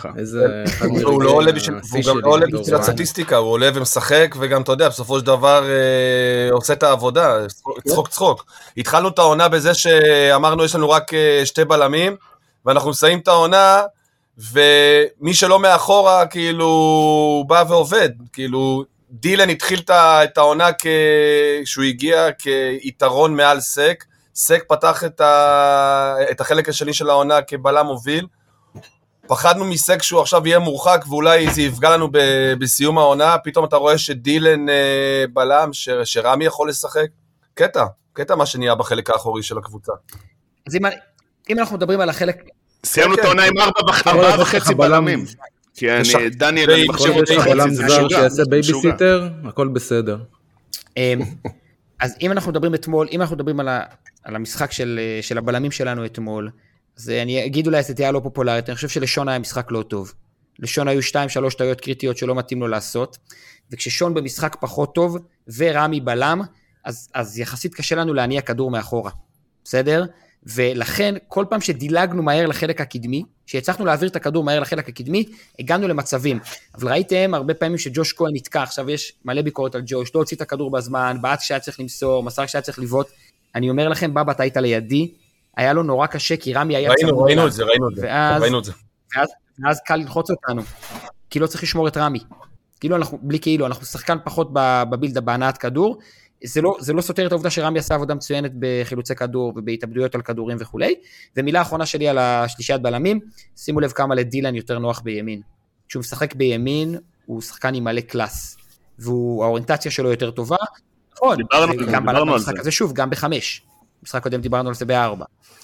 הוא לא עולה בשביל הסטטיסטיקה, הוא עולה ומשחק, וגם אתה יודע, בסופו של דבר עושה את העבודה, צחוק צחוק. התחלנו את העונה בזה שאמרנו יש לנו רק שתי בלמים, ואנחנו מסיים את העונה, ומי שלא מאחורה כאילו בא ועובד, כאילו דילן התחיל את העונה כשהוא הגיע כיתרון מעל סק, סק פתח את, ה... את החלק השני של העונה כבלם מוביל, פחדנו מסק שהוא עכשיו יהיה מורחק, ואולי זה יפגע לנו ב... בסיום העונה, פתאום אתה רואה שדילן בלם, ש... שרמי יכול לשחק, קטע, קטע מה שנהיה בחלק האחורי של הקבוצה. אז אם, אם אנחנו מדברים על החלק... סיימנו את העונה עם ארבע וחצי בלמים. כי אני, דניאל, אני מחשב אותך בלם זר שיעשה בייביסיטר, הכל בסדר. אז אם אנחנו מדברים אתמול, אם אנחנו מדברים על, ה, על המשחק של, של הבלמים שלנו אתמול, אז אני אגיד אולי שתהיה לא פופולרית, אני חושב שלשון היה משחק לא טוב. לשון היו שתיים, שלוש טעויות קריטיות שלא מתאים לו לעשות, וכששון במשחק פחות טוב, ורמי בלם, אז, אז יחסית קשה לנו להניע כדור מאחורה. בסדר? ולכן, כל פעם שדילגנו מהר לחלק הקדמי, שיצחנו להעביר את הכדור מהר לחלק הקדמי, הגענו למצבים. אבל ראיתם הרבה פעמים שג'וש כהן נתקע, עכשיו יש מלא ביקורת על ג'וש, לא הוציא את הכדור בזמן, בעט כשהיה צריך למסור, מסר כשהיה צריך לבעוט. אני אומר לכם, בבא, אתה היית לידי, היה לו נורא קשה, כי רמי היה צמוד. ראינו את זה, ראינו את זה. ואז קל ללחוץ אותנו. כי לא צריך לשמור את רמי. כאילו אנחנו, בלי כאילו, אנחנו שחקן פחות בבילדה, בהנעת כדור, זה לא, זה לא סותר את העובדה שרמי עשה עבודה מצוינת בחילוצי כדור ובהתאבדויות על כדורים וכולי, ומילה האחרונה שלי על השלישיית בלמים, שימו לב כמה לדילן יותר נוח בימין. כשהוא משחק בימין, הוא שחקן עם מלא קלאס, והאוריינטציה שלו יותר טובה, נכון, גם בלם במשחק הזה, שוב, גם בחמש, משחק קודם דיברנו על זה בארבע.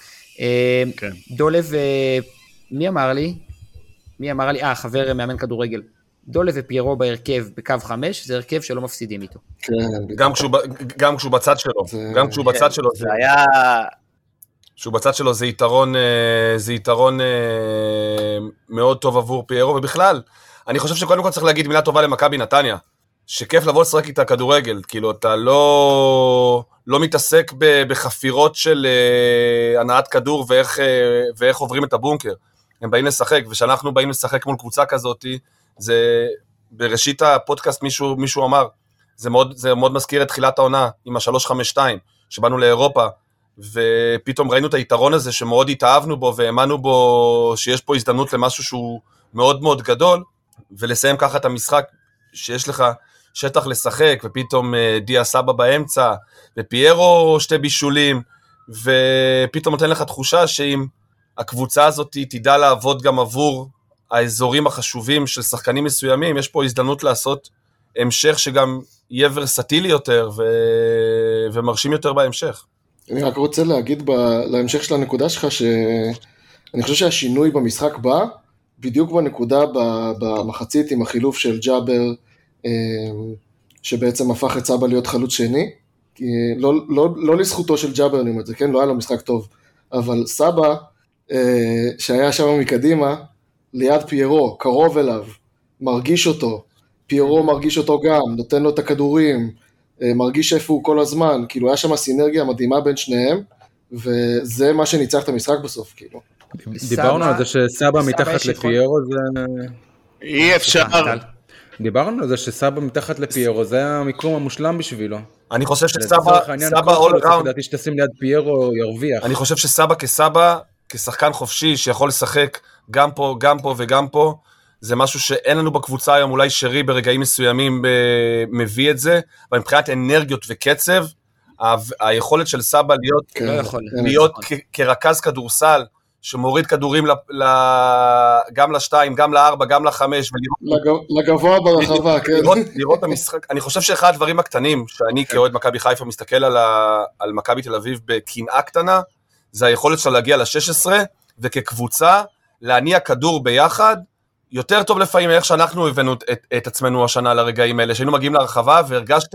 דולב, מי אמר לי? מי אמר לי? אה, חבר מאמן כדורגל. דולב ופיירו בהרכב בקו חמש, זה הרכב שלא מפסידים איתו. גם כשהוא בצד שלו, גם כשהוא בצד שלו, זה היה... כשהוא בצד שלו זה יתרון, זה יתרון מאוד טוב עבור פיירו, ובכלל, אני חושב שקודם כל צריך להגיד מילה טובה למכבי נתניה, שכיף לבוא לשחק איתה כדורגל, כאילו אתה לא, לא מתעסק בחפירות של הנעת כדור ואיך, ואיך עוברים את הבונקר, הם באים לשחק, ושאנחנו באים לשחק מול קבוצה כזאת, זה בראשית הפודקאסט מישהו, מישהו אמר, זה מאוד, זה מאוד מזכיר את תחילת העונה עם ה-שלוש חמש שתיים, שבאנו לאירופה, ופתאום ראינו את היתרון הזה שמאוד התאהבנו בו, והאמנו בו שיש פה הזדמנות למשהו שהוא מאוד מאוד גדול, ולסיים ככה את המשחק, שיש לך שטח לשחק, ופתאום דיה סבא באמצע, ופיירו שתי בישולים, ופתאום נותן לך תחושה שאם הקבוצה הזאת תדע לעבוד גם עבור האזורים החשובים של שחקנים מסוימים, יש פה הזדמנות לעשות המשך שגם יהיה ורסטילי יותר ו... ומרשים יותר בהמשך. אני רק רוצה להגיד ב... להמשך של הנקודה שלך, שאני חושב שהשינוי במשחק בא, בדיוק בנקודה ב... במחצית עם החילוף של ג'אבר, שבעצם הפך את סבא להיות חלוץ שני, כי לא, לא, לא לזכותו של ג'אבר, אני אומר את זה, כן? לא היה לו משחק טוב, אבל סבא, שהיה שם מקדימה, ליד פיירו, קרוב אליו, מרגיש אותו, פיירו מרגיש אותו גם, נותן לו את הכדורים, מרגיש איפה הוא כל הזמן, כאילו היה שם סינרגיה מדהימה בין שניהם, וזה מה שניצח את המשחק בסוף, כאילו. דיברנו על זה שסבא מתחת לפיירו זה... אי אפשר... דיברנו על זה שסבא מתחת לפיירו, זה המיקום המושלם בשבילו. אני חושב שסבא, סבא all around... לדעתי שתשים ליד פיירו ירוויח. אני חושב שסבא כסבא, כשחקן חופשי שיכול לשחק גם פה, גם פה וגם פה, זה משהו שאין לנו בקבוצה היום, אולי שרי ברגעים מסוימים מביא את זה, אבל מבחינת אנרגיות וקצב, היכולת של סבא להיות, להיות כרכז כדורסל, שמוריד כדורים גם לשתיים, גם לארבע, גם לחמש, לגבוה ברחבה, כן. לראות את המשחק, אני חושב שאחד הדברים הקטנים, שאני כאוהד מכבי חיפה מסתכל על מכבי תל אביב בקנאה קטנה, זה היכולת שלה להגיע ל-שש עשרה, וכקבוצה, להניע כדור ביחד, יותר טוב לפעמים איך שאנחנו הבאנו את, את עצמנו השנה לרגעים האלה, שהיינו מגיעים להרחבה והרגשת,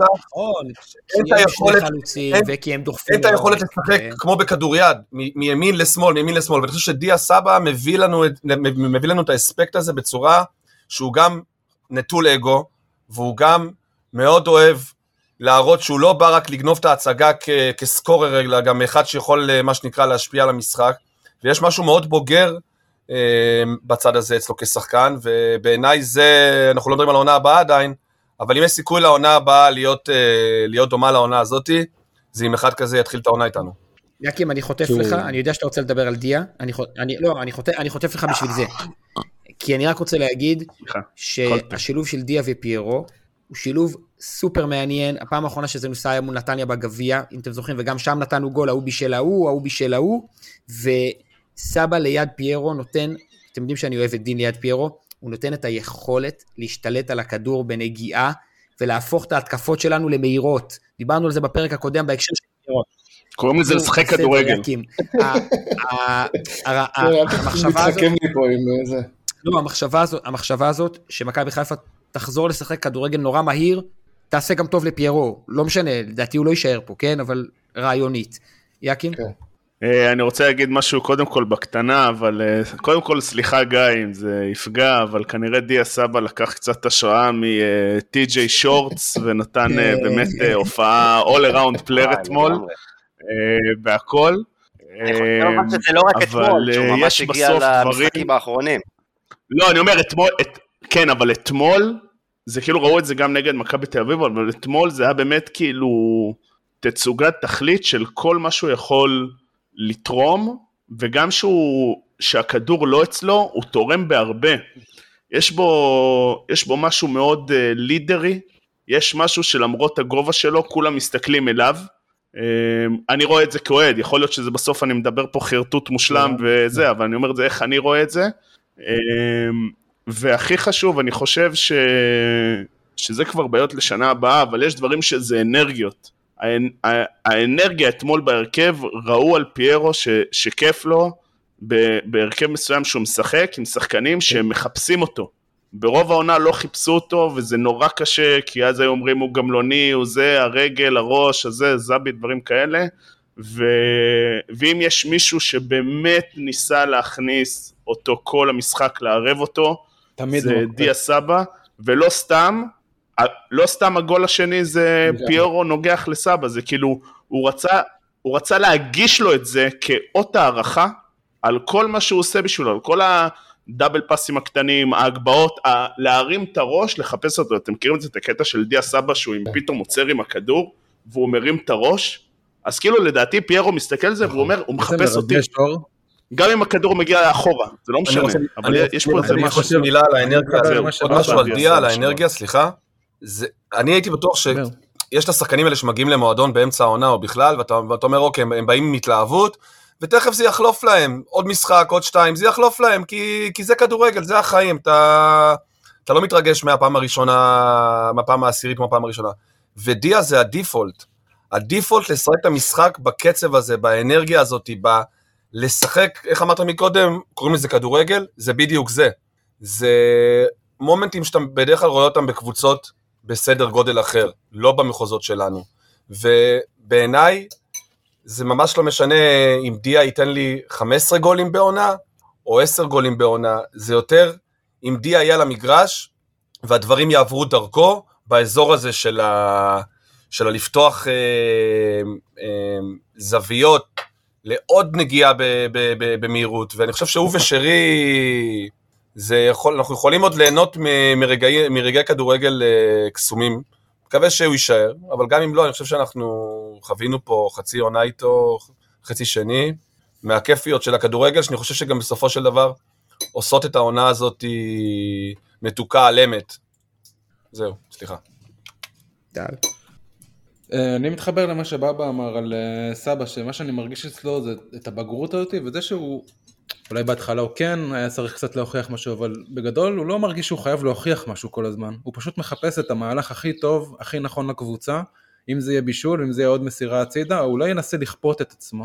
אין את היכולת לשחק כמו בכדוריד, מימין לשמאל, מימין לשמאל, ואני חושב שדיה סבא מביא לנו, מביא לנו את האספקט הזה בצורה שהוא גם נטול אגו, והוא גם מאוד אוהב להראות שהוא לא בא רק לגנוב את ההצגה כסקורר, אלא גם אחד שיכול מה שנקרא להשפיע על המשחק, ויש משהו מאוד בוגר, בצד הזה אצלו כשחקן, ובעיניי זה, אנחנו לא מדברים על העונה הבאה עדיין, אבל אם יש סיכוי לעונה הבאה להיות, להיות דומה לעונה הזאת, זה אם אחד כזה יתחיל את העונה איתנו. יקים, אני חוטף לך, אני יודע שאתה רוצה לדבר על דיה, אני, אני, לא, אני חוטף, אני חוטף לך בשביל זה, כי אני רק רוצה להגיד, שהשילוב של דיה ופיירו, הוא שילוב סופר מעניין, הפעם האחרונה שזה נוסע היה מול נתניה בגביע, אם אתם זוכרים, וגם שם נתנו גול, ההוא בשל ההוא, ההוא בשל ההוא, ו... סבא ליד פיירו נותן, אתם יודעים שאני אוהב את דין ליד פיירו, הוא נותן את היכולת להשתלט על הכדור בנגיעה, ולהפוך את ההתקפות שלנו למהירות. דיברנו על זה בפרק הקודם בהקשר של פיירו. קוראים לזה לשחק כדורגל. המחשבה הזאת, שמכבי חיפה תחזור לשחק כדורגל נורא מהיר, תעשה גם טוב לפיירו. לא משנה, לדעתי הוא לא יישאר פה, כן? אבל רעיונית. יקים? כן. אני רוצה להגיד משהו קודם כל בקטנה, אבל קודם כל סליחה גיא אם זה יפגע, אבל כנראה דיה סבא לקח קצת השראה מ-טי ג'יי שורטס, ונתן באמת הופעה all around player אתמול, בהכל. אני חושב שזה לא רק אתמול, שהוא ממש הגיע למשחקים האחרונים. לא, אני אומר אתמול, כן, אבל אתמול, זה כאילו ראו את זה גם נגד מכבי תל אביב, אבל אתמול זה היה באמת כאילו תצוגת תכלית של כל מה שהוא יכול לתרום, וגם שהוא, שהכדור לא אצלו, הוא תורם בהרבה. יש בו, יש בו משהו מאוד uh, לידרי, יש משהו שלמרות הגובה שלו, כולם מסתכלים אליו, um, אני רואה את זה כאוהד, יכול להיות שזה בסוף אני מדבר פה חרטוט מושלם וזה, אבל אני אומר את זה איך אני רואה את זה, um, והכי חשוב, אני חושב ש... שזה כבר בעיות לשנה הבאה, אבל יש דברים שזה אנרגיות, האנרגיה אתמול בהרכב, ראו על פיירו ש... שכיף לו, בהרכב מסוים שהוא משחק, עם שחקנים שמחפשים אותו. ברוב העונה לא חיפשו אותו, וזה נורא קשה, כי אז היו אומרים הוא גמלוני, הוא זה, הרגל, הראש, הזה, זבי, דברים כאלה. ו... ואם יש מישהו שבאמת ניסה להכניס אותו כל המשחק, לערב אותו, זה דיה סבא, ולא סתם, לא סתם הגול השני זה פיירו נוגח לסבא, זה כאילו, הוא רצה, הוא רצה להגיש לו את זה כאות הערכה, על כל מה שהוא עושה בשבילו, על כל הדאבל פאסים הקטנים, ההגבהות, להרים את הראש, לחפש אותו. אתם מכירים את זה, את הקטע של דיה סבא, שהוא פתאום עוצר עם הכדור, והוא מרים את הראש, אז כאילו לדעתי פיירו מסתכל על זה, והוא אומר, הוא מחפש אותי. גם אם הכדור מגיע לאחורה, זה לא משנה, אבל יש פה איזה משהו. אני חושב מילה על האנרגיה, עוד משהו על דיה, על האנרגיה, סליחה, אני הייתי בטוח שיש את השחקנים האלה שמגיעים למועדון באמצע העונה או בכלל, ואתה אומר, אוקיי, הם באים עם התלהבות, ותכף זה יחלוף להם, עוד משחק, עוד שתיים, זה יחלוף להם, כי, כי זה כדורגל, זה החיים, אתה, אתה לא מתרגש מהפעם הראשונה, מהפעם העשירית, מהפעם הראשונה, ודיה זה הדיפולט, הדיפולט לשחק את המשחק בקצב הזה, באנרגיה הזאת, ב... לשחק, איך אמרת מקודם, קוראים לזה כדורגל, זה בדיוק זה, זה מומנטים שאתה בדרך כלל רואה אותם בקבוצות, בסדר גודל אחר, לא במחוזות שלנו, ובעיניי, זה ממש לא משנה אם דיה ייתן לי חמישה עשר גולים בעונה, או עשרה גולים בעונה, זה יותר אם דיה היה למגרש, והדברים יעברו דרכו, באזור הזה של, ה... של הלפתוח אה, אה, זוויות, לעוד נגיעה ב... ב... ב... במהירות, ואני חושב שהוא ושרי, זה יכול... אנחנו יכולים עוד ליהנות מרגעי, מרגעי כדורגל אה, קסומים, מקווה שהוא יישאר, אבל גם אם לא, אני חושב שאנחנו חווינו פה חצי עונה איתו, חצי שני, מהכיפיות של הכדורגל, שאני חושב שגם בסופו של דבר, עושות את העונה הזאת מתוקה על אמת. זהו, סליחה. אני מתחבר למה שבאבא אמר על סבא, שמה שאני מרגיש אצלו זה את הבגרות הזאת, וזה שהוא, אולי בהתחלה הוא כן, היה צריך קצת להוכיח משהו, אבל בגדול הוא לא מרגיש שהוא חייב להוכיח משהו כל הזמן, הוא פשוט מחפש את המהלך הכי טוב, הכי נכון לקבוצה, אם זה יהיה בישול, אם זה יהיה עוד מסירה הצידה, הוא אולי ינסה לכפות את עצמו,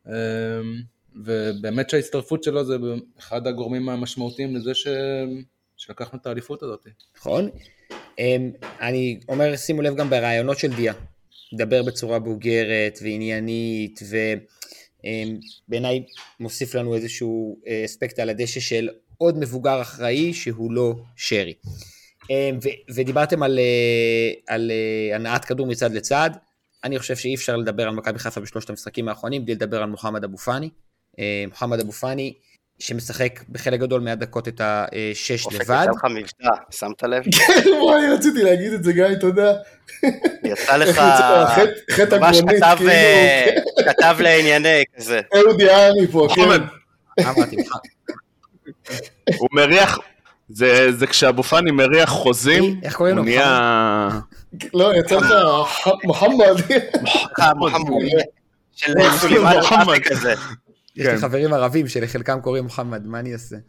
ובאמת שההצטרפות שלו זה אחד הגורמים המשמעותיים לזה ש... שלקחנו את האליפות הזאת. נכון. אני אומר, שימו לב גם ברעיונות של דיה, מדבר בצורה בוגרת ועניינית, ובעיניי מוסיף לנו איזשהו אספקט על הדשא של עוד מבוגר אחראי שהוא לא שרי. ודיברתם על, על הנעת כדור מצד לצד, אני חושב שאי אפשר לדבר על מכבי חיפה בשלושת המשחקים האחרונים, בלי לדבר על מוחמד אבו פאני, מוחמד אבו פאני, שמשחק בחלק גדול מהדקות את השש לבד. אופק, יצא לך מבטא, שמת לב? כן, וואי, רציתי להגיד את זה, גיא, תודה. יצא לך, חטא ממש הגרונית, כתב לענייני כזה. אהודי אהני פה, כן. אמרתי, הוא מריח, זה כשאבו פאני מריח חוזים, איך קוראים לו? הוא נהיה... לא, יצא לך מוחמד. מוחמד, של סולימן אפי כזה. יש לי חברים ערבים שלחלקם קוראים מוחמד, מה אני אעשה?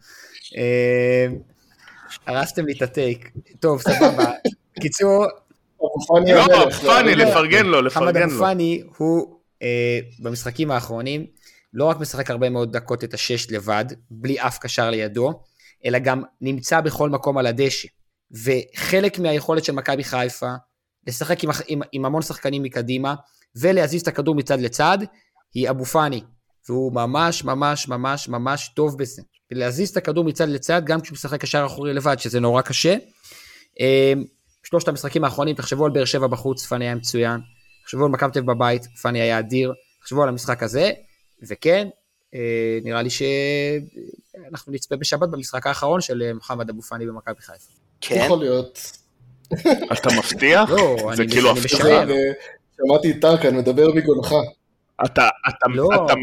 הרסתם לי את הטייק. טוב, סבבה. קיצור... לא, אבו פאני, לפרגן לו, לפרגן לו. מוחמד אבו פאני הוא במשחקים האחרונים, לא רק משחק הרבה מאוד דקות את השש לבד, בלי אף קשר לידו, אלא גם נמצא בכל מקום על הדשא. וחלק מהיכולת של מכבי חיפה, לשחק עם, עם, עם המון שחקנים מקדימה, ולהזיז את הכדור מצד לצד, היא אבו פאני. והוא ממש ממש ממש ממש טוב בזה. ולהזיז את הכדור מצד לצד, גם כשהוא משחק קשר אחורי לבד, שזה נורא קשה. שלושת המשחקים האחרונים, תחשבו על באר שבע בחוץ, פאני היה מצוין. תחשבו על מכבי תל אביב בבית, פאני היה אדיר. תחשבו על המשחק הזה, וכן, נראה לי שאנחנו נצפה בשבת במשחק האחרון של מוחמד אבו פאני במכבי חיפה. כן. יכול להיות. אתה מבטיח? לא, זה כאילו משחרר. שמעתי את טרקן, מדבר מגונך. אתה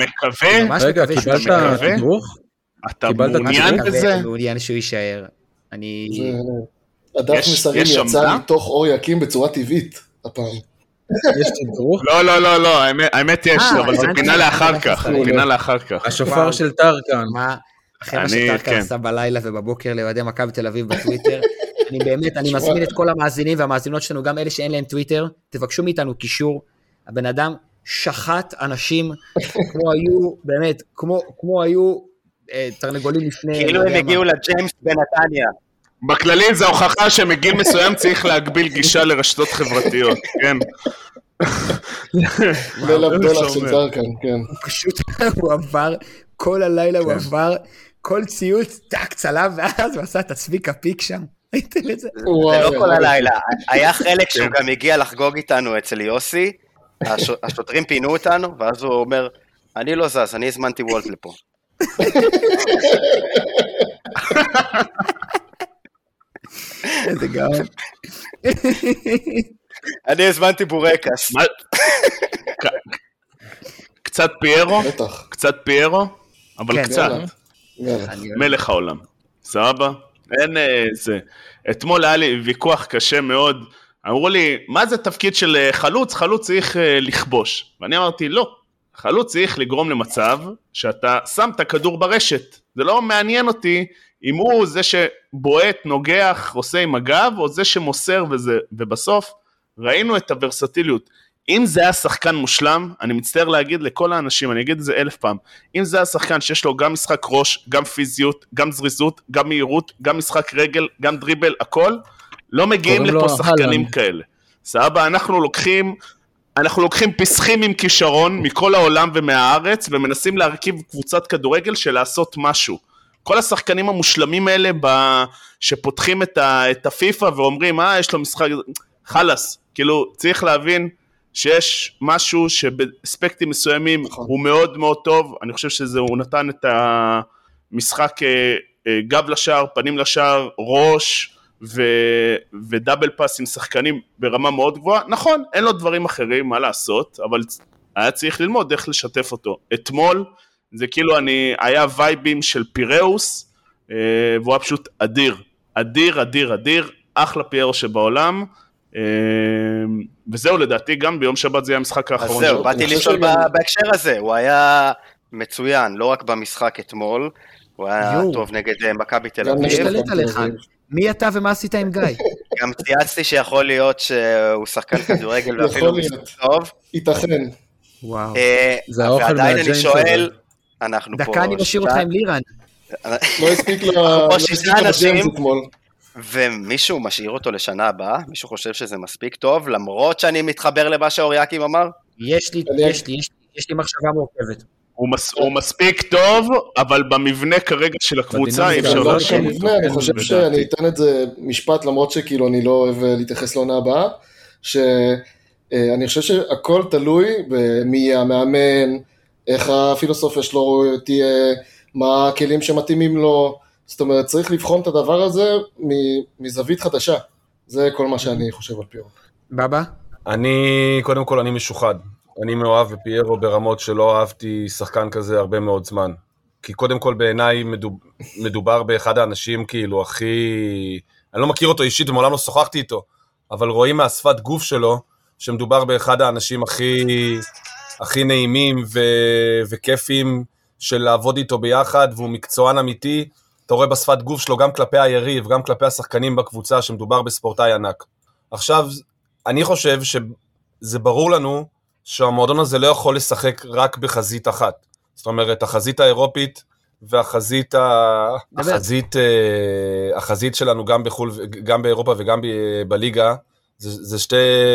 מקווה? רגע, קיבלת תדרוך? אתה מעוניין בזה? מעוניין שהוא יישאר. אני... הדף מסרים יצא מתוך אור יקים בצורה טבעית, הפעם. יש תדרוך? לא, לא, לא, לא, האמת יש, אבל זה פינה לאחר כך, פינה לאחר כך. השופר של טרקן. אחרי מה שטרקן עשה בלילה ובבוקר ליועדי מכבי תל אביב בטוויטר, אני באמת, אני מזמין את כל המאזינים והמאזינות שלנו, גם אלה שאין להם טוויטר, תבקשו מאיתנו קישור, הבן אדם שחט אנשים, כמו היו, באמת, כמו היו תרנגולים לפני... כאילו הם הגיעו לג'יימס בנתניה. בכללי זה הוכחה שמגיל מסוים צריך להגביל גישה לרשתות חברתיות, כן. ולבדולח של טרקן, כן. פשוט הוא עבר, כל הלילה הוא עבר, כל ציוץ, טק, צלם, ואז הוא עשה את הצביקה פיק שם. ראיתם את זה? זה לא כל הלילה. היה חלק שהוא גם הגיע לחגוג איתנו אצל יוסי, השוטרים פינו אותנו, ואז הוא אומר, אני לא זז, אני הזמנתי וולט לפה. איזה גאון. אני הזמנתי בורקס. קצת פיירו? קצת פיירו? אבל קצת. מלך העולם. סבבה? אין זה. אתמול היה לי ויכוח קשה מאוד. אמרו לי, מה זה תפקיד של חלוץ? חלוץ צריך לכבוש. ואני אמרתי, לא. חלוץ צריך לגרום למצב שאתה שם את הכדור ברשת. זה לא מעניין אותי אם הוא זה שבועט, נוגח, עושה עם הגב, או זה שמוסר וזה. ובסוף ראינו את הוורסטיליות. אם זה היה שחקן מושלם, אני מצטער להגיד לכל האנשים, אני אגיד את זה אלף פעם, אם זה היה שחקן שיש לו גם משחק ראש, גם פיזיות, גם זריזות, גם מהירות, גם משחק רגל, גם דריבל, הכל, לא מגיעים לפה שחקנים כאלה. סבבה, אנחנו לוקחים, אנחנו לוקחים פסחים עם כישרון מכל העולם ומהארץ, ומנסים להרכיב קבוצת כדורגל של לעשות משהו. כל השחקנים המושלמים האלה, שפותחים את הפיפה ואומרים, אה, יש לו משחק, חלס, כאילו, צריך להבין, שיש משהו שבאספקטים מסוימים הוא מאוד מאוד טוב, אני חושב שזה, הוא נתן את המשחק גב לשער, פנים לשער, ראש ו, ודאבל פאס עם שחקנים ברמה מאוד גבוהה, נכון, אין לו דברים אחרים מה לעשות, אבל היה צריך ללמוד איך לשתף אותו. אתמול זה כאילו אני, היה וייבים של פיראוס, והוא היה פשוט אדיר, אדיר, אדיר, אדיר, אחלה פיירו שבעולם, וזהו לדעתי גם ביום שבת זה היה המשחק האחרון. אז זהו, באתי לשאול בהקשר הזה, הוא היה מצוין, לא רק במשחק אתמול, הוא היה טוב נגד מכבי תל אביב. משתלט עליך, מי אתה ומה עשית עם גיא? גם צייצתי שיכול להיות שהוא שחקן כדורגל ואפילו משחק טוב. ייתכן. וואו. ועדיין אני שואל, אנחנו פה... דקה אני משאיר אותך עם לירן. לא הספיק לו... פה שישה אנשים. ומישהו משאיר אותו לשנה הבאה? מישהו חושב שזה מספיק טוב, למרות שאני מתחבר למה שאוריאקים אמר? יש לי, יש לי, יש לי מחשבה מורכבת. הוא מספיק טוב, אבל במבנה כרגע של הקבוצה אי אפשר להשאיר. אני חושב שאני אתן את זה משפט, למרות שכאילו אני לא אוהב להתייחס לעונה הבאה, שאני חושב שהכל תלוי במי יהיה המאמן, איך הפילוסופיה שלו תהיה, מה הכלים שמתאימים לו, זאת אומרת, צריך לבחון את הדבר הזה מזווית חדשה. זה כל מה שאני חושב על פיירו. בבא? אני, קודם כל, אני משוחד. אני מאוהב בפיירו ברמות שלא אהבתי שחקן כזה הרבה מאוד זמן. כי קודם כל בעיניי מדוב, מדובר באחד האנשים כאילו הכי... אני לא מכיר אותו אישית ומעולם לא שוחחתי איתו, אבל רואים מהשפת גוף שלו שמדובר באחד האנשים הכי, הכי נעימים ו... וכיפים של לעבוד איתו ביחד, והוא מקצוען אמיתי. אתה רואה בשפת גוף שלו גם כלפי היריב, גם כלפי השחקנים בקבוצה שמדובר בספורטאי ענק. עכשיו, אני חושב שזה ברור לנו שהמועדון הזה לא יכול לשחק רק בחזית אחת. זאת אומרת, החזית האירופית והחזית ה... החזית, החזית שלנו גם בחול, גם באירופה וגם בליגה, זה, זה שתי,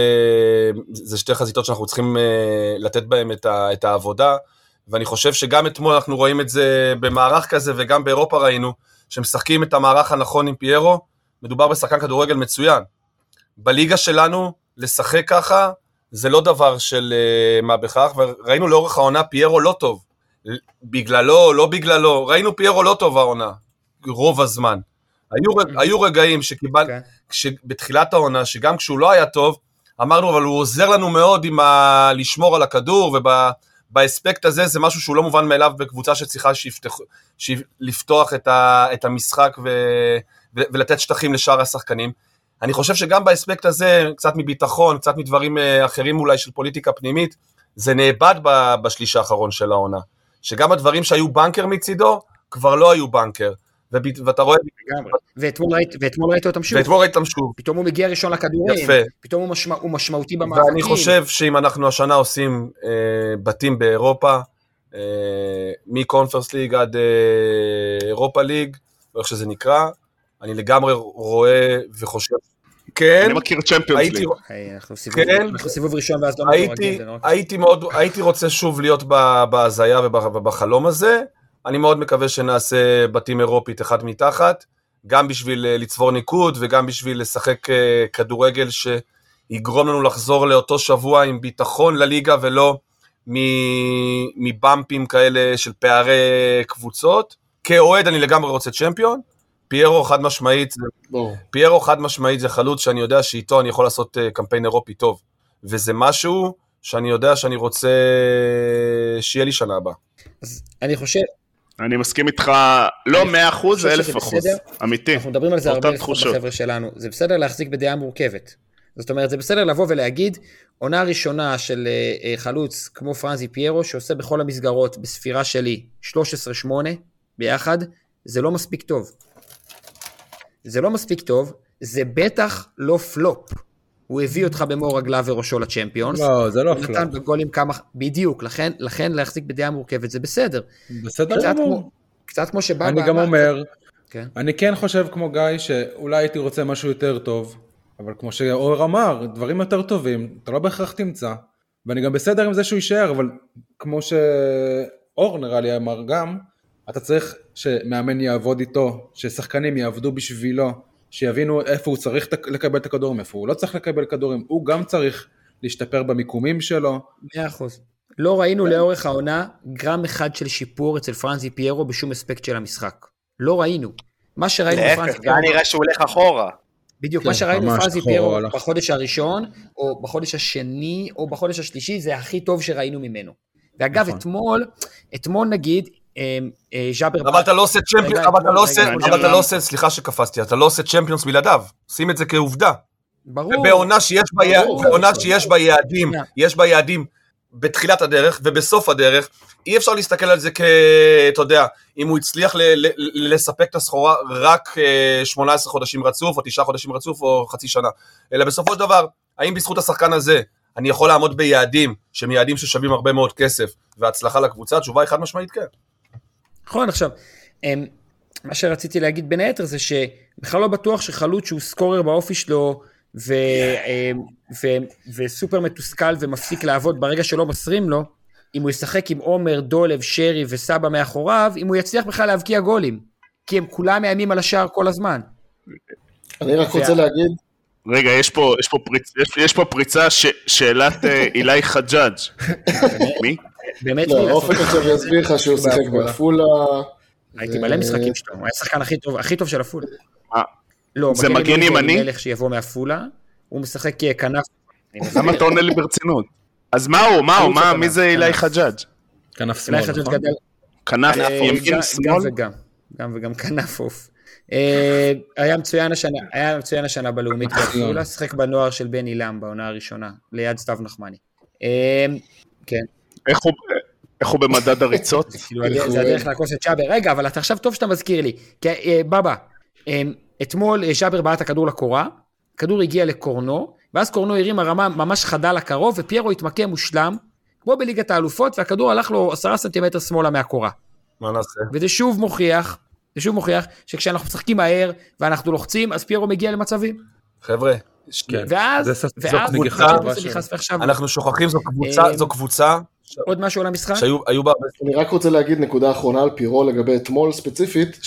זה שתי חזיתות שאנחנו צריכים לתת בהם את, ה, את העבודה, ואני חושב שגם אתמול אנחנו רואים את זה במערך כזה, וגם באירופה ראינו, שמשחקים את המערך הנכון עם פיירו, מדובר בשחקן כדורגל מצוין. בליגה שלנו, לשחק ככה, זה לא דבר של uh, מה בכך, וראינו לאורך העונה פיירו לא טוב, בגללו, לא בגללו, ראינו פיירו לא טוב העונה, רוב הזמן. היו, היו רגעים שקיבל, okay. בתחילת העונה, שגם כשהוא לא היה טוב, אמרנו, אבל הוא עוזר לנו מאוד עם ה, לשמור על הכדור, וב... באספקט הזה זה משהו שהוא לא מובן מאליו בקבוצה שצריכה לפתוח את, ה, את המשחק ו, ו, ולתת שטחים לשאר השחקנים. אני חושב שגם באספקט הזה, קצת מביטחון, קצת מדברים אחרים אולי של פוליטיקה פנימית, זה נאבד בשליש האחרון של העונה. שגם הדברים שהיו בנקר מצידו, כבר לא היו בנקר. ואתה רואה... ואתמול ראית אותם שוב. ואתמול ראית אותם שוב. פתאום הוא מגיע ראשון לכדורים. יפה. פתאום הוא משמעותי במאבקים. ואני חושב שאם אנחנו השנה עושים בתים באירופה, מקונפרנס ליג עד אירופה ליג, או איך שזה נקרא, אני לגמרי רואה וחושב, כן, אני מכיר צ'מפיונס ליג. אנחנו סיבוב ראשון ואז לא נורא. הייתי רוצה שוב להיות בהזיה ובחלום הזה, אני מאוד מקווה שנעשה בתים אירופית אחד מתחת, גם בשביל לצבור ניקוד וגם בשביל לשחק כדורגל שיגרום לנו לחזור לאותו שבוע עם ביטחון לליגה ולא מבמפים כאלה של פערי קבוצות. כאוהד אני לגמרי רוצה צ'מפיון, פיירו חד משמעית, פיירו חד משמעית זה חלוץ שאני יודע שאיתו אני יכול לעשות קמפיין אירופי טוב, וזה משהו שאני יודע שאני רוצה שיהיה לי שנה הבאה. אז אני חושב... אני מסכים איתך, לא מאה אחוז, אלף אחוז, אמיתי. אנחנו מדברים על זה הרבה לפחות בחבר'ה שלנו, זה בסדר להחזיק בדעה מורכבת. זאת אומרת, זה בסדר לבוא ולהגיד, עונה ראשונה של חלוץ כמו פרנזי פיירו, שעושה בכל המסגרות בספירה שלי שלוש עשרה שמונה ביחד, זה לא מספיק טוב. זה לא מספיק טוב, זה בטח לא פלופ. הוא הביא אותך במור רגליו וראשו לצ'מפיונס. לא, זה לא פלופ. נתן בגולים כמה, בדיוק, לכן, לכן להחזיק בדעה מורכבת, זה בסדר. בסדר קצת כמו, כמו, קצת כמו שבא... אני גם אומר, כן. אני כן חושב כמו גיא, שאולי הייתי רוצה משהו יותר טוב, אבל כמו שאור אמר, דברים יותר טובים, אתה לא בהכרח תמצא, ואני גם בסדר עם זה שהוא יישאר, אבל כמו שאור נראה לי אמר גם, אתה צריך שמאמן יעבוד איתו, ששחקנים יעבדו בשבילו, שיבינו איפה הוא צריך לקבל את הכדורים, איפה הוא לא צריך לקבל כדורים, הוא גם צריך להשתפר במיקומים שלו. מאה אחוז. לא ראינו לאורך העונה גרם אחד של שיפור אצל פרנזי פיירו בשום אספקט של המשחק. לא ראינו. מה שראינו בפרנזי פיירו... נראה שהוא הולך אחורה. בדיוק, מה שראינו בפרנזי פיירו בחודש הראשון, או בחודש השני, או בחודש השלישי, זה הכי טוב שראינו ממנו. ואגב, אתמול, אתמול נגיד, אבל אתה לא עושה צ'מפיונס, אבל אתה לא עושה, סליחה שקפסתי, אתה לא עושה צ'מפיונס בלעדיו, שים את זה כעובדה. ברור. ובעונה שיש בה יעדים, יש בה יעדים בתחילת הדרך ובסוף הדרך, אי אפשר להסתכל על זה כ, אתה יודע, אם הוא הצליח לספק את הסחורה רק שמונה עשרה חודשים רצוף, או תשעה חודשים רצוף, או חצי שנה, אלא בסופו של דבר, האם בזכות השחקן הזה, אני יכול לעמוד ביעדים, שהם יעדים ששווים הרבה מאוד כסף, והצלחה לקבוצה, התשובה היא חד משמעית כן. נכון, עכשיו, מה שרציתי להגיד בין היתר זה שבכלל לא בטוח שחלוץ שהוא סקורר באופי שלו, ו, ו, וסופר מתוסכל ומפסיק לעבוד ברגע שלא מסרים לו, אם הוא ישחק עם עומר, דולב, שרי וסבא מאחוריו, אם הוא יצליח בכלל להבקיע גולים, כי הם כולם מאיימים על השער כל הזמן. אני רק רוצה להגיד, רגע, יש פה, יש פה, פריצ... יש, יש פה פריצה ש... שאלת אילי חג'אג'. מי? באמת לא, אופק עכשיו יסביר לך שהוא שיחק בעפולה. הייתי מלא משחקים שלו, הוא היה שחקן הכי טוב, הכי טוב של עפולה. לא, זה מגן ימני? מלך שיבוא מעפולה, הוא משחק ככנף. למה אתה עונה לי ברצינות? אז מה הוא, מה הוא, מה, מי זה אילי חג'אג'? כנף שמאל, נכון? כנף ימין שמאל? גם וגם, גם וגם כנף אוף. היה מצוין השנה, היה מצוין השנה בלאומית בעפולה, שחק בנוער של בן אילם בעונה הראשונה, ליד סתיו נחמני. כן. איך הוא במדד הריצות? זה הדרך לעקוס את שבר. רגע, אבל אתה עכשיו טוב שאתה מזכיר לי. בבא, אתמול שבר בעט הכדור לקורה, הכדור הגיע לקורנו, ואז קורנו הרים הרמה ממש חדה לקרוב, ופיירו התמקם מושלם, כמו בליגת האלופות, והכדור הלך לו עשרה סנטימטר שמאלה מהקורה. מה נעשה? וזה שוב מוכיח, זה שוב מוכיח, שכשאנחנו משחקים מהר, ואנחנו לוחצים, אז פיירו מגיע למצבים. חבר'ה, ואז, ואז, אנחנו שוכחים, זו קבוצה, עוד משהו על המשחק? שהיו בה... אני רק רוצה להגיד נקודה אחרונה על פיירו לגבי אתמול ספציפית,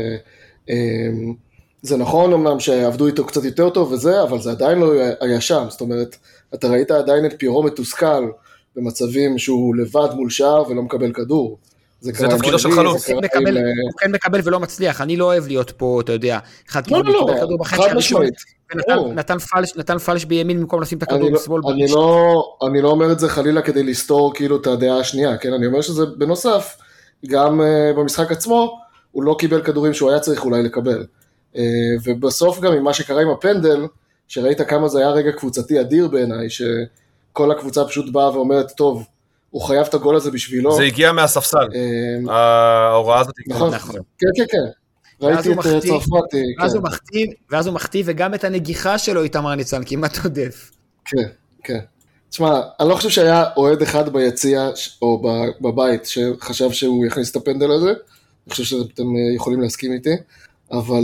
שזה נכון אמנם שעבדו איתו קצת יותר טוב וזה, אבל זה עדיין לא היה שם, זאת אומרת, אתה ראית עדיין את פיירו מתוסכל במצבים שהוא לבד מול שער ולא מקבל כדור. זה תפקידו של חלוץ. הוא כן מקבל ולא מצליח, אני לא אוהב להיות פה, אתה יודע, אחד לא, לא, לא, חד משמעית. נתן פלש בימין במקום לשים את הכדור בשמאל. אני לא אומר את זה חלילה כדי לסתור כאילו את הדעה השנייה, כן? אני אומר שזה בנוסף, גם במשחק עצמו, הוא לא קיבל כדורים שהוא היה צריך אולי לקבל. ובסוף גם עם מה שקרה עם הפנדל, שראית כמה זה היה רגע קבוצתי אדיר בעיניי, שכל הקבוצה פשוט באה ואומרת, טוב, הוא חייב את הגול הזה בשבילו. זה הגיע מהספסל, ההוראה הזאת. נכון, כן, כן, כן. ראיתי את צרפתי. ואז הוא מכתיב, וגם את הנגיחה שלו איתמר ניצן, כמעט עודף. כן, כן. תשמע, אני לא חושב שהיה אוהד אחד ביציע, או בבית, שחשב שהוא יכניס את הפנדל הזה, אני חושב שאתם יכולים להסכים איתי, אבל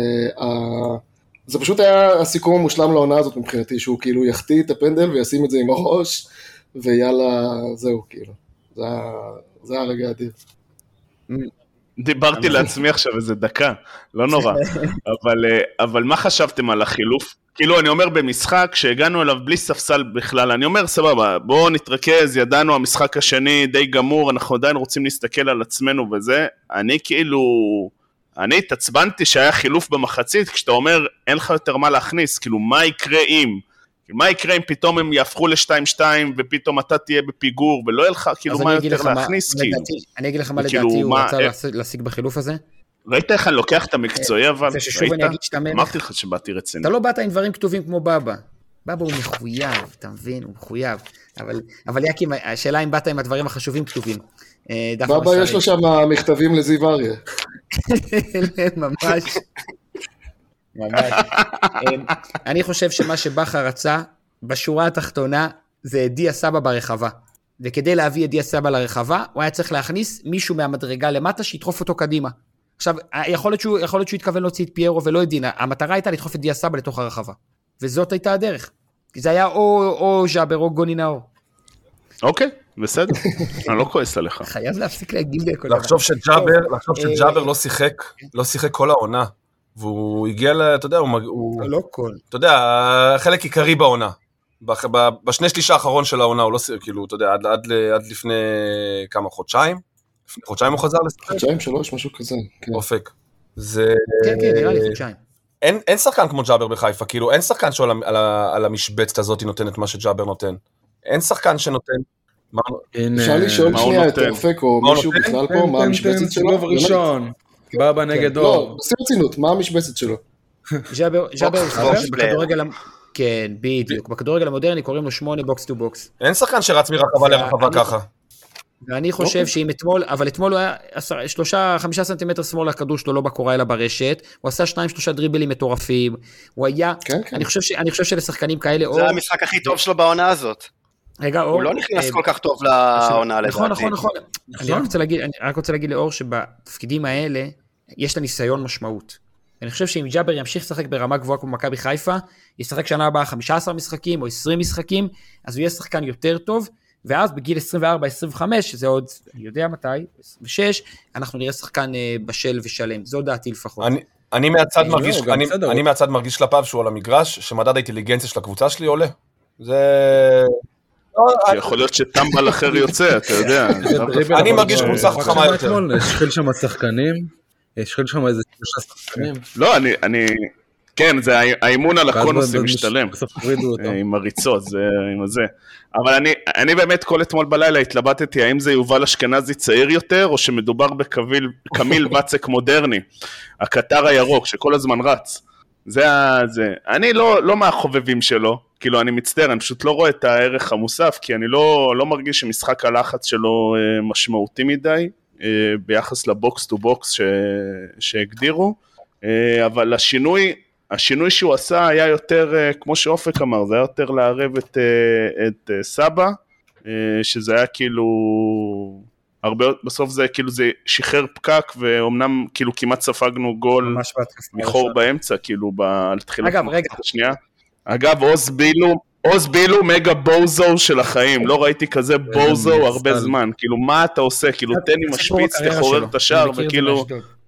זה פשוט היה הסיכום המושלם לעונה הזאת מבחינתי, שהוא כאילו יחטיא את הפנדל וישים את זה עם הראש, ויאללה, זהו, כאילו. זה היה רגע אדיר. דיברתי לעצמי עכשיו איזה דקה, לא נורא. אבל מה חשבתם על החילוף? כאילו, אני אומר במשחק, שהגענו אליו בלי ספסל בכלל, אני אומר, סבבה, בואו נתרכז, ידענו, המשחק השני די גמור, אנחנו עדיין רוצים להסתכל על עצמנו וזה. אני כאילו, אני התעצבנתי שהיה חילוף במחצית, כשאתה אומר, אין לך יותר מה להכניס, כאילו, מה יקרה אם? מה יקרה אם פתאום הם יהפכו ל-שתיים שתיים, ופתאום אתה תהיה בפיגור, ולא יהיה לך, כאילו, מה יותר להכניס, כאילו. אני אגיד לך מה לדעתי הוא רצה להשיג בחילוף הזה. ראית איך אני לוקח את המקצועי, אבל אמרתי לך שבאתי רציני. אתה לא באת עם דברים כתובים כמו בבא. בבא הוא מחויב, אתה מבין, הוא מחויב. אבל יקים, השאלה אם באת עם הדברים החשובים כתובים. בבא יש לו שם מכתבים לזיו אריה. ממש. ממש. אני חושב שמה שבחר רצה, בשורה התחתונה, זה דיה סבא ברחבה. וכדי להביא את דיה סבא לרחבה, הוא היה צריך להכניס מישהו מהמדרגה למטה, שידחוף אותו קדימה. עכשיו, יכול להיות שהוא, יכול להיות שהוא התכוון להוציא את פיירו ולא את דינה, המטרה הייתה לדחוף את דיה סבא לתוך הרחבה. וזאת הייתה הדרך. כי זה היה או, או ז'אבר או גוני נאור. אוקיי, בסדר. אני לא כועס עליך. חייב להפסיק להגיד לכל דבר. לחשוב שג'אבר, לחשוב שג'אבר לא שיחק, לא שיחק כל העונה. והוא הגיע ל... אתה יודע, הוא... לא כל. אתה יודע, חלק עיקרי בעונה. בשני שליש האחרון של העונה, הוא לא שיחק, כאילו, אתה יודע, עד לפני כמה חודשיים? חודשיים הוא חזר לשחק? חודשיים, שלוש, משהו כזה. אופק. זה... כן, כן, נראה לי חודשיים. אין שחקן כמו ג'אבר בחיפה, כאילו, אין שחקן שעל המשבצת הזאת נותן את מה שג'אבר נותן. אין שחקן שנותן... אפשר לשאול שנייה את אופק, או מישהו בכלל פה, מה המשבצת שלו? ראשון. בבא נגד אור. לא, בשיא רצינות, מה המשבצת שלו? ג'אבר בכדורגל... כן, בדיוק. בכדורגל המודרני קוראים לו שמונה בוקס טו בוקס. אין שחקן שרץ מרחבה לרחבה ככה. ואני חושב שאם אתמול, אבל אתמול הוא היה שלושה, חמישה סנטימטר שמאל, הכדור שלו לא בקורה אלא ברשת, הוא עשה שניים, שלושה דריבלים מטורפים, הוא היה, אני חושב ש, אני חושב שלשחקנים כאלה, זה המשחק הכי טוב שלו בעונה הזאת. רגע, אור. הוא לא נכנס כל כך טוב לעונה לדעתי. נכון, נכון, נכון. אני רק רוצה להגיד, אני רק רוצה להגיד לאור שבתפקידים האלה, יש לה ניסיון משמעות. אני חושב שאם ג'אבר ימשיך לשחק ברמה גבוהה כמו מכבי חיפה, ישחק שנה הבאה חמישה עשר משחקים או עשרים משחקים, אז הוא יהיה שחקן יותר טוב, ואז בגיל עשרים וארבע עשרים וחמש, שזה עוד, אני יודע מתי, עשרים ושש, אנחנו נראה שחקן בשל ושלם, זו דעתי לפחות. אני, אני מהצד מרגיש, אני, אני מהצד מרגיש כלפיו שהוא על המגרש, שמדד האינטליגנציה של הקבוצה שלי עולה. זה... יכול להיות שטמבל אחר יוצא, אתה יודע. אני מרגיש קבוצה חכמה יותר. השחיל שם השחקנים, השחיל שם איזה שלושה שחקנים. לא, אני... כן, זה האימון על הקונוסים משתלם, עם הריצות, זה עם הזה. אבל אני, אני באמת כל אתמול בלילה התלבטתי, האם זה יובל אשכנזי צעיר יותר, או שמדובר בקמיל בצק מודרני, הקטר הירוק, שכל הזמן רץ. זה, זה. אני לא, לא מהחובבים שלו, כאילו אני מצטער, אני פשוט לא רואה את הערך המוסף, כי אני לא, לא מרגיש שמשחק הלחץ שלו משמעותי מדי, ביחס לבוקס טו בוקס שהגדירו, אבל השינוי, השינוי שהוא עשה היה יותר, כמו שאופק אמר, זה היה יותר לערב את, את סבא, שזה היה כאילו, הרבה, בסוף זה כאילו זה שחרר פקק, ואומנם כאילו כמעט ספגנו גול מחור באמצע, כאילו בתחילת המחצית השנייה. אגב, עוז בילו, עוז בילו מגה בוזו של החיים, לא ראיתי כזה בוזו הרבה זמן, כאילו מה אתה עושה, כאילו תן לי משפיץ, תחורר את השאר, וכאילו...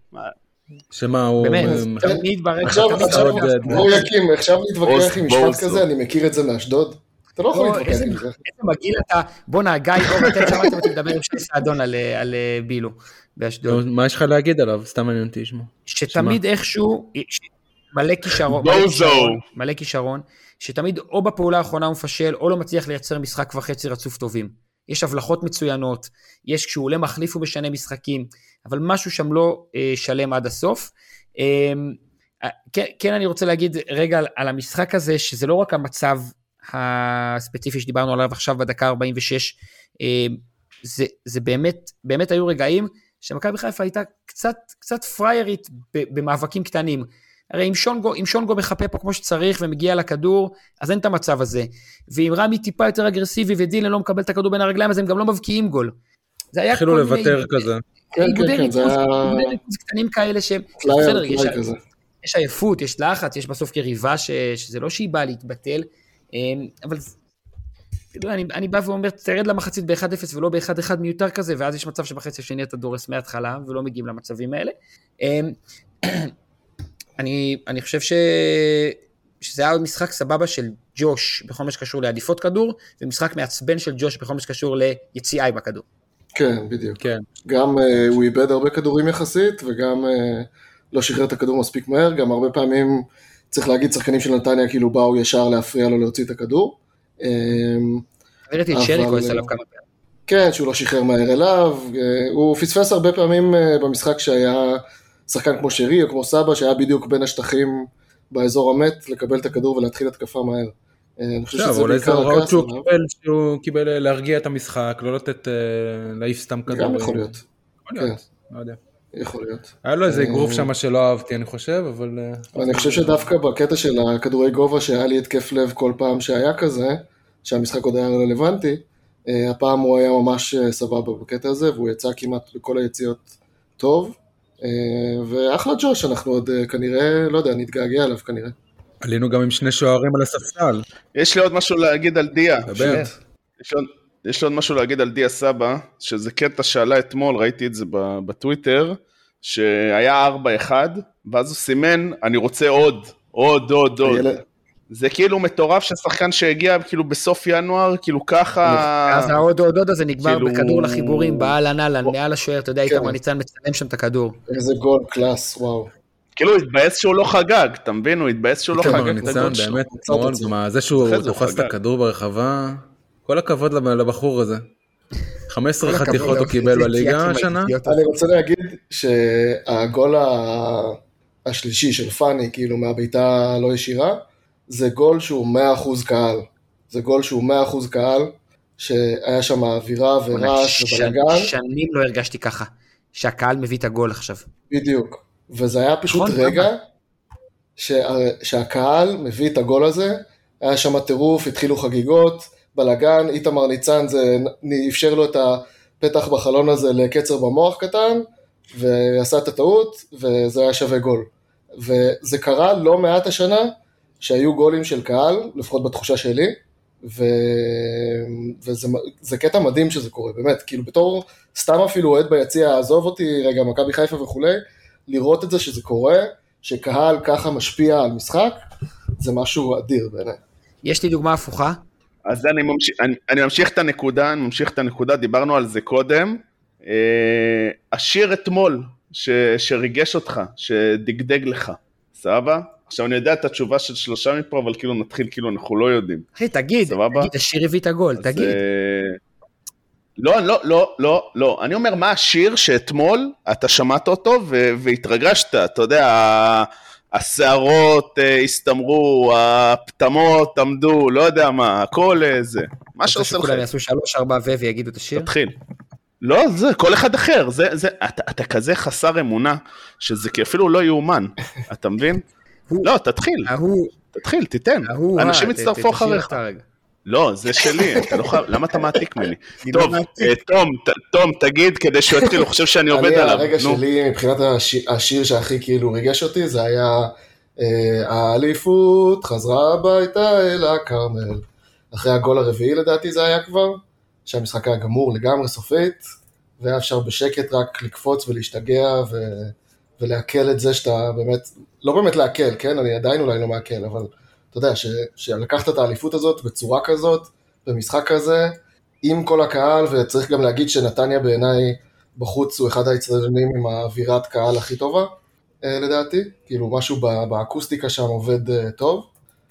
שמה הוא... באמת, תמיד ברגע... עכשיו נתווכח עם משפט כזה, אני מכיר את זה מאשדוד. אתה לא יכול להתווכח עם זה. איזה מגעיל אתה, בוא גיא, אור, אתם שמעתם אותי מדבר עם שני סעדון על בילו באשדוד. מה יש לך להגיד עליו? סתם מעניין אותי לשמוע. שתמיד איכשהו, מלא כישרון, מלא כישרון, שתמיד או בפעולה האחרונה הוא מפשל, או לא מצליח לייצר משחק וחצי רצוף טובים. יש הבלחות מצוינות, יש כשהוא עולה מחליף הוא משנה משחקים, אבל משהו שם לא אה, שלם עד הסוף. אה, כן, כן, אני רוצה להגיד רגע על, על המשחק הזה, שזה לא רק המצב הספציפי שדיברנו עליו עכשיו בדקה ארבעים ושש, אה, זה, זה באמת, באמת היו רגעים שמכבי חיפה הייתה קצת, קצת פריירית במאבקים קטנים. הרי אם שונגו, אם שונגו מחפה פה כמו שצריך ומגיע לכדור, אז אין את המצב הזה. ואם רמי טיפה יותר אגרסיבי ודילן לא מקבל את הכדור בין הרגליים, אז הם גם לא מבקיעים גול. זה היה התחילו לוותר כזה. כן, כן, כן, זה היה... קטנים כאלה ש... בסדר, יש, יש עייפות, יש לחץ, יש בסוף יריבה ש... שזה לא שהיא באה להתבטל, אבל אני, אני בא ואומר, תרד למחצית ב-אחד אפס ולא ב-אחד אחד מיותר כזה, ואז יש מצב שבחצי השני אתה דורס מההתחלה, ולא מגיעים למצבים האלה. אני, אני חושב ש... שזה היה עוד משחק סבבה של ג'וש, בכל מה שקשור לעדיפות כדור, ומשחק מעצבן של ג'וש, בכל מה שקשור ליציאה בכדור. כן, בדיוק. כן. גם uh, הוא איבד הרבה כדורים יחסית, וגם uh, לא שחרר את הכדור מספיק מהר, גם הרבה פעמים צריך להגיד, שחקנים של נתניה כאילו באו ישר להפריע לו להוציא את הכדור. ראיתי את שרי כועס עליו כמה פעמים. כן, שהוא לא שחרר מהר אליו, הוא פספס הרבה פעמים במשחק שהיה שחקן כמו שרי או כמו סבא, שהיה בדיוק בין השטחים באזור המת, לקבל את הכדור ולהתחיל התקפה מהר. אני חושב שזה בעיקר הכעס עליו. שהוא קיבל להרגיע את המשחק, לא לתת להעיף סתם כדור. גם יכול להיות. יכול להיות, לא יודע. יכול להיות. היה לו איזה גרוף שם שלא אהבתי, אני חושב, אבל... אני חושב שדווקא בקטע של הכדורי גובה, שהיה לי התקף לב כל פעם שהיה כזה, שהמשחק עוד היה רלוונטי, הפעם הוא היה ממש סבבה בקטע הזה, והוא יצא כמעט בכל היציאות טוב, ואחלה ג'וש, אנחנו עוד כנראה, לא יודע, נתגעגע עליו כנראה. עלינו גם עם שני שוערים על הספסל. יש לי עוד משהו להגיד על דיה. יש לי עוד משהו להגיד על דיה סבא, שזה קטע שעלה אתמול, ראיתי את זה בטוויטר, שהיה ארבע אחד, ואז הוא סימן, אני רוצה עוד, עוד, עוד, עוד. זה כאילו מטורף ששחקן שהגיע כאילו בסוף ינואר, כאילו ככה... אז העוד עוד עוד הזה נגמר בכדור לחיבורים, באלן אלן, מעל השוער, אתה יודע, איתמר ניצן מצלם שם את הכדור. איזה גול קלאס, וואו. כאילו הוא התבאס שהוא לא חגג, אתה מבין? הוא התבאס שהוא לא חגג את הגול שלו. באמת, זה שהוא תופס את הכדור ברחבה, כל הכבוד לבחור הזה. חמש עשרה חתיכות הוא קיבל בליגה השנה. אני רוצה להגיד שהגול השלישי של פאני, כאילו מהביתה לא ישירה, זה גול שהוא מאה אחוז קהל. זה גול שהוא מאה אחוז קהל, שהיה שם אווירה ורעש ובלגן. שנים לא הרגשתי ככה, שהקהל מביא את הגול עכשיו. בדיוק. וזה היה פשוט רגע שהקהל מביא את הגול הזה, היה שם טירוף, התחילו חגיגות, בלגן, איתמר ניצן זה אפשר לו את הפתח בחלון הזה לקצר במוח קטן, ועשה את הטעות, וזה היה שווה גול. וזה קרה לא מעט השנה, שהיו גולים של קהל, לפחות בתחושה שלי, ו... וזה זה קטע מדהים שזה קורה, באמת, כאילו בתור סתם אפילו אוהד ביציע, עזוב אותי רגע, מכבי חיפה וכולי, לראות את זה שזה קורה, שקהל ככה משפיע על משחק, זה משהו אדיר בעיניי. יש לי דוגמה הפוכה. אז אני ממשיך, אני, אני ממשיך את הנקודה, אני ממשיך את הנקודה, דיברנו על זה קודם, אה, השיר אתמול, ש, שריגש אותך, שדגדג לך, סבבה? עכשיו אני יודע את התשובה של שלושה מפה, אבל כאילו נתחיל, כאילו אנחנו לא יודעים. אחי, תגיד, סבבה? תגיד, השיר הביא את הגול, אז, תגיד. אה, לא, לא, לא, לא, לא, אני אומר מה השיר שאתמול אתה שמעת אותו ו- והתרגשת, אתה יודע, השערות הסתמרו, הפתמות עמדו, לא יודע מה, הכל זה, מה שעושה לך. שכולם יעשו שלוש, ארבע ו ויגידו את השיר? תתחיל. לא, זה כל אחד אחר, זה, זה, אתה, אתה כזה חסר אמונה, שזה אפילו לא יאומן, אתה מבין? לא, תתחיל, תתחיל, תיתן, אנשים יצטרפו אחריך. לא, זה שלי, אתה לא חייב, למה אתה מעתיק ממני? טוב, תום, תום, תגיד, כדי שהוא יתחיל, הוא חושב שאני עובד עליו. הרגע שלי, מבחינת השיר שהכי כאילו ריגש אותי, זה היה האליפות חזרה הביתה אל הכרמל. אחרי הגול הרביעי לדעתי זה היה כבר, שהמשחק היה גמור לגמרי סופית, והיה אפשר בשקט רק לקפוץ ולהשתגע ולהקל את זה שאתה באמת, לא באמת להקל, כן? אני עדיין אולי לא מעקל, אבל אתה יודע, שלקחת את האליפות הזאת בצורה כזאת, במשחק כזה, עם כל הקהל, וצריך גם להגיד שנתניה בעיניי בחוץ הוא אחד האצטדיונים עם האווירת קהל הכי טובה, לדעתי, כאילו משהו באקוסטיקה שם עובד טוב,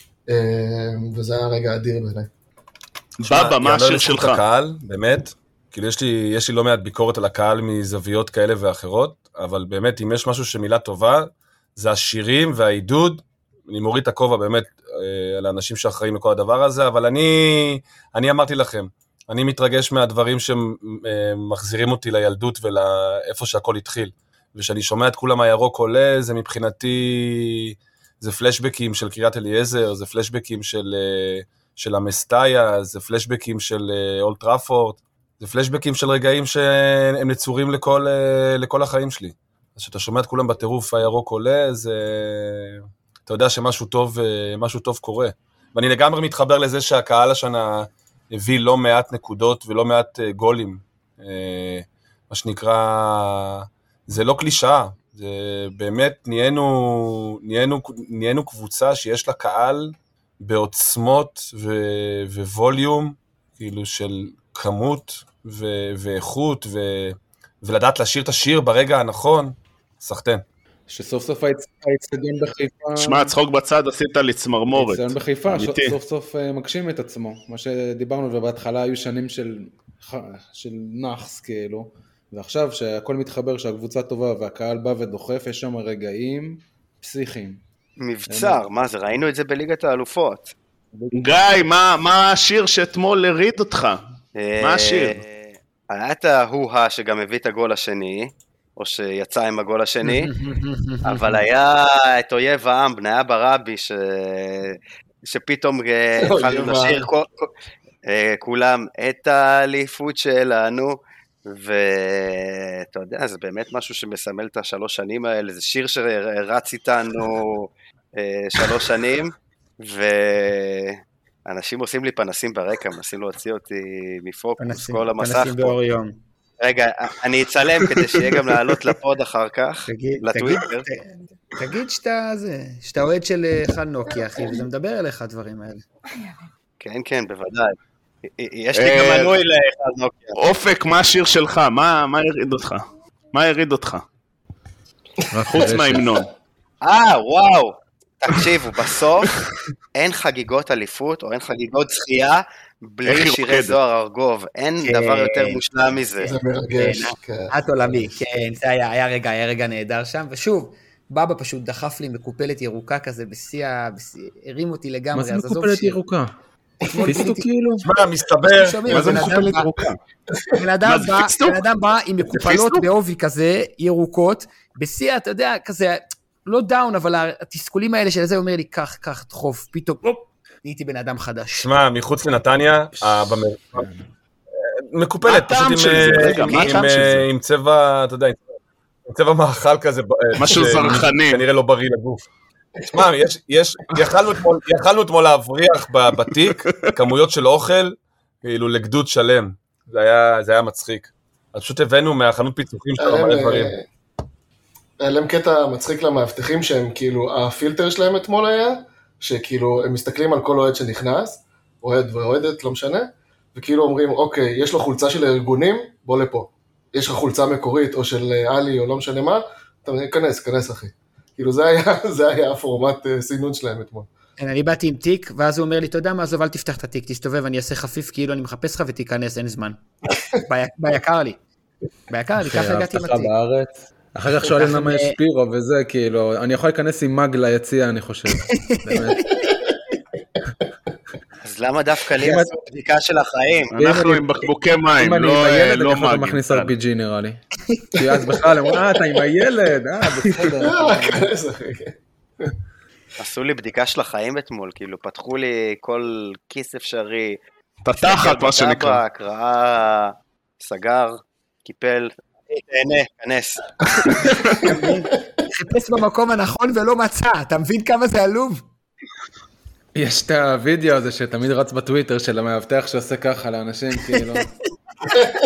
וזה היה רגע אדיר בעיניי. בבא, מה השיר שלך? הקהל, באמת, כאילו יש לי, יש לי לא מעט ביקורת על הקהל מזוויות כאלה ואחרות, אבל באמת אם יש משהו שמילה טובה, זה השירים והעידוד, אני מוריד את הכובע באמת על האנשים שאחראים לכל הדבר הזה, אבל אני, אני אמרתי לכם, אני מתרגש מהדברים שמחזירים אותי לילדות ולאיפה שהכל התחיל, ושאני שומע את כולם הירוק עולה, זה מבחינתי, זה פלשבקים של קריית אליעזר, זה פלשבקים של, של המסטאיה, זה פלשבקים של אולד טראפורד, זה פלשבקים של רגעים שהם נצורים לכל, לכל החיים שלי. אז שאתה שומע את כולם בטירוף הירוק עולה, זה, אתה יודע שמשהו טוב, משהו טוב קורה. ואני לגמרי מתחבר לזה שהקהל השנה הביא לא מעט נקודות ולא מעט גולים. מה שנקרא, זה לא קלישאה, זה באמת נהיינו, נהיינו, נהיינו קבוצה שיש לה קהל בעוצמות ו- וווליום, כאילו של כמות ו- ואיכות, ו- ולדעת לשיר את השיר ברגע הנכון, סחטן. שסוף סוף האצטדיון בחיפה... שמע, צחוק בצד, עשית לי צמרמורת. האצטדיון בחיפה, סוף סוף מגשים את עצמו. מה שדיברנו, ובהתחלה היו שנים של, של נחס, כאילו, ועכשיו שהכל מתחבר, שהקבוצה טובה, והקהל בא ודוחף, יש שם רגעים פסיכיים. מבצר, מה זה? ראינו את זה בליגת האלופות. גיא, מה, מה השיר שאתמול הריד אותך? מה השיר? היה את ההוא-הא שגם הביא את הגול השני, או שיצא עם הגול השני, אבל היה את אויב העם, בניה ברבי, ש... שפתאום התחלנו לשיר כולם את האליפות שלנו, ואתה יודע, זה באמת משהו שמסמל את השלוש שנים האלה, זה שיר שרץ איתנו שלוש שנים, ואנשים עושים לי פנסים ברקע, מנסים להוציא אותי מפוקוס, כל המסך פה. פנסים באור יום. רגע, אני אצלם כדי שיהיה גם לעלות לפוד אחר כך, לטוויטר. תגיד שאתה זה, שאתה אוהד של חן נוקי, אחי, וזה מדבר אליך הדברים האלה. כן, כן, בוודאי. יש לי גם מנוי לחן נוקי. אופק, מה השיר שלך? מה יריד אותך? מה יריד אותך? חוץ מההמנון. אה, וואו. תקשיבו, בסוף אין חגיגות אליפות, או אין חגיגות זכייה, בלי שירי זוהר ארגוב, אין דבר יותר מושלם מזה. זה מרגש. את עולמי, כן, זה היה רגע, היה רגע נהדר שם, ושוב, בבא פשוט דחף לי מקופלת ירוקה כזה, בשיא, הרים אותי לגמרי. מה זה מקופלת ירוקה? פיסטו כאילו? מה, מסתבר, מה זה מקופלת ירוקה? בן אדם בא עם מקופלות בעובי כזה, ירוקות, בשיא, אתה יודע, כזה, לא דאון, אבל התסכולים האלה של זה אומר לי, כך, כך, דחוף, פתאום, נהייתי בן אדם חדש. שמע, מחוץ לנתניה, מקופלת, פשוט עם צבע, אתה יודע, עם צבע מאכל כזה, משהו זרחני. כנראה לא בריא לגוף. שמע, יכלנו אתמול להבריח בתיק, כמויות של אוכל, כאילו לגדוד שלם. זה היה מצחיק. אז פשוט הבאנו מהחנות פיצוחים של הרבה דברים. היה להם קטע מצחיק למאבטחים שהם כאילו, הפילטר שלהם אתמול היה, שכאילו הם מסתכלים על כל אוהד שנכנס, אוהד ואוהדת, לא משנה, וכאילו אומרים, אוקיי, יש לו חולצה של הארגונים, בוא לפה. יש לך חולצה מקורית או של אלי או לא משנה מה, אתה כנס, כנס אחי. כאילו זה היה, זה היה הפורמט סינון שלהם אתמול. אני באתי עם תיק, ואז הוא אומר לי, אתה יודע מה, עזוב, אל תפתח את התיק, תסתובב, אני אעשה חפיף, כאילו אני מחפש לך ותיכנס, אין זמן. ביקר לי. ביקר לי, ככה הגעתי עם התיק. אחר כך שואלים למה יש פירו וזה, כאילו, אני יכול להיכנס עם מג ליציאה, אני חושב. באמת. אז למה דווקא לי עשו בדיקה של החיים? אנחנו עם בקבוקי מים, אם אני לא עם הילד, אני מגים. יכול מכניס אר פי ג'י נראה לי. כי אז בכלל, הם אומרים, אה, אתה עם הילד, אה, בסדר. עשו לי בדיקה של החיים אתמול, כאילו, פתחו לי כל כיס אפשרי. פתחת, מה שנקרא. קראה, סגר, קיפל, תהנה, כנס. חיפש במקום הנכון ולא מצא, אתה מבין כמה זה עלוב? יש את הוידאו הזה שתמיד רץ בטוויטר של המאבטח שעושה ככה לאנשים, כאילו.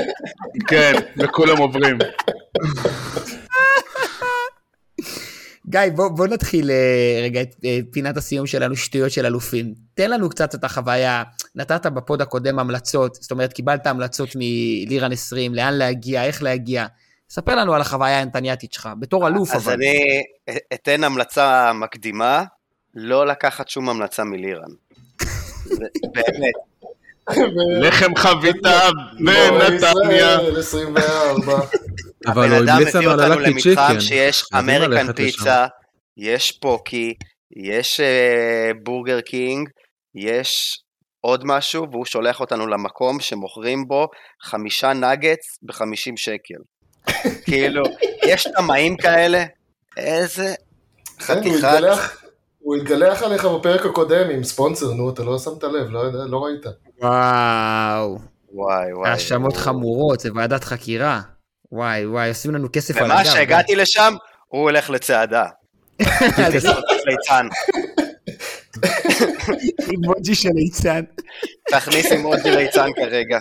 כן, וכולם עוברים. גיא, בוא, בוא נתחיל רגע את פינת הסיום שלנו, שטויות של אלופים. תן לנו קצת את החוויה, נתת בפוד הקודם המלצות, זאת אומרת, קיבלת המלצות מלירן עשרים, לאן להגיע, איך להגיע. ספר לנו על החוויה האנטניאטית שלך, בתור אלוף אז אבל. אז אני אתן המלצה מקדימה, לא לקחת שום המלצה מלירן. באמת. לחם חביתה בנתניה. עשרים וארבע. אבל הוא הבן אדם המליץ מביא לנו על אותנו הלאקי למתחם צ'יקן. שיש יודעים אמריקן ללכת פיצה, יש פוקי, יש אה, בורגר קינג, יש עוד משהו, והוא שולח אותנו למקום שמוכרים בו חמישה נגטס בחמישים שקל. כאילו, יש תמאים כאלה, איזה כן, הוא חתיכת... התגלח- הוא התגלח עליך בפרק הקודם עם ספונסר, נו, אתה לא שמת לב, לא יודע, לא ראית. וואו, וואי וואי. האשמות חמורות, זה ועדת חקירה. וואי וואי, עושים לנו כסף על הגב. ומה שהגעתי לשם, הוא הולך לצעדה. ליצן. אימוג'י של ליצן. תכניס אימוג'י ליצן כרגע.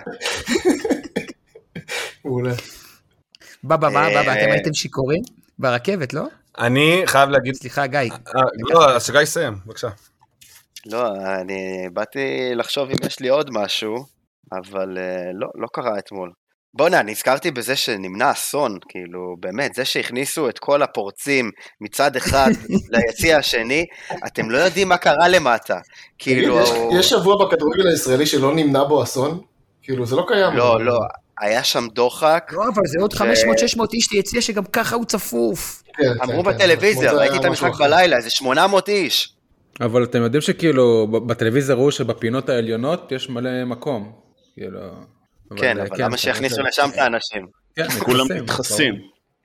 מעולה. בבא, מה, אה, בבא, אתם הייתם שיכורים? ברכבת, לא? אני חייב להגיד... סליחה, גיא. אה, לא, אז שגיא יסיים, בבקשה. לא, אני באתי לחשוב אם יש לי עוד משהו, אבל אה, לא, לא קרה אתמול. בוא'נה, נזכרתי בזה שנמנע אסון, כאילו, באמת, זה שהכניסו את כל הפורצים מצד אחד ליציע השני, אתם לא יודעים מה קרה למטה. כאילו... יש- יש שבוע בכדורגל הישראלי שלא נמנע בו אסון? כאילו, זה לא קיים. לא, לא, היה שם דוחק, לא, אבל זה עוד חמש מאות שש מאות איש ליציע שגם ככה הוא צפוף. כן, כן, אמרו כן, בטלוויזיה, זה ראיתי היה את המשחק משהו אחר. בלילה, איזה שמונה מאות איש. אבל אתם יודעים שכאילו בטלוויזיה ראו שבפינות העליונות יש מלא מקום. כאילו... כן, אבל למה שיכניסו לשם את האנשים? כן, כולם מתחסים, מתחסים.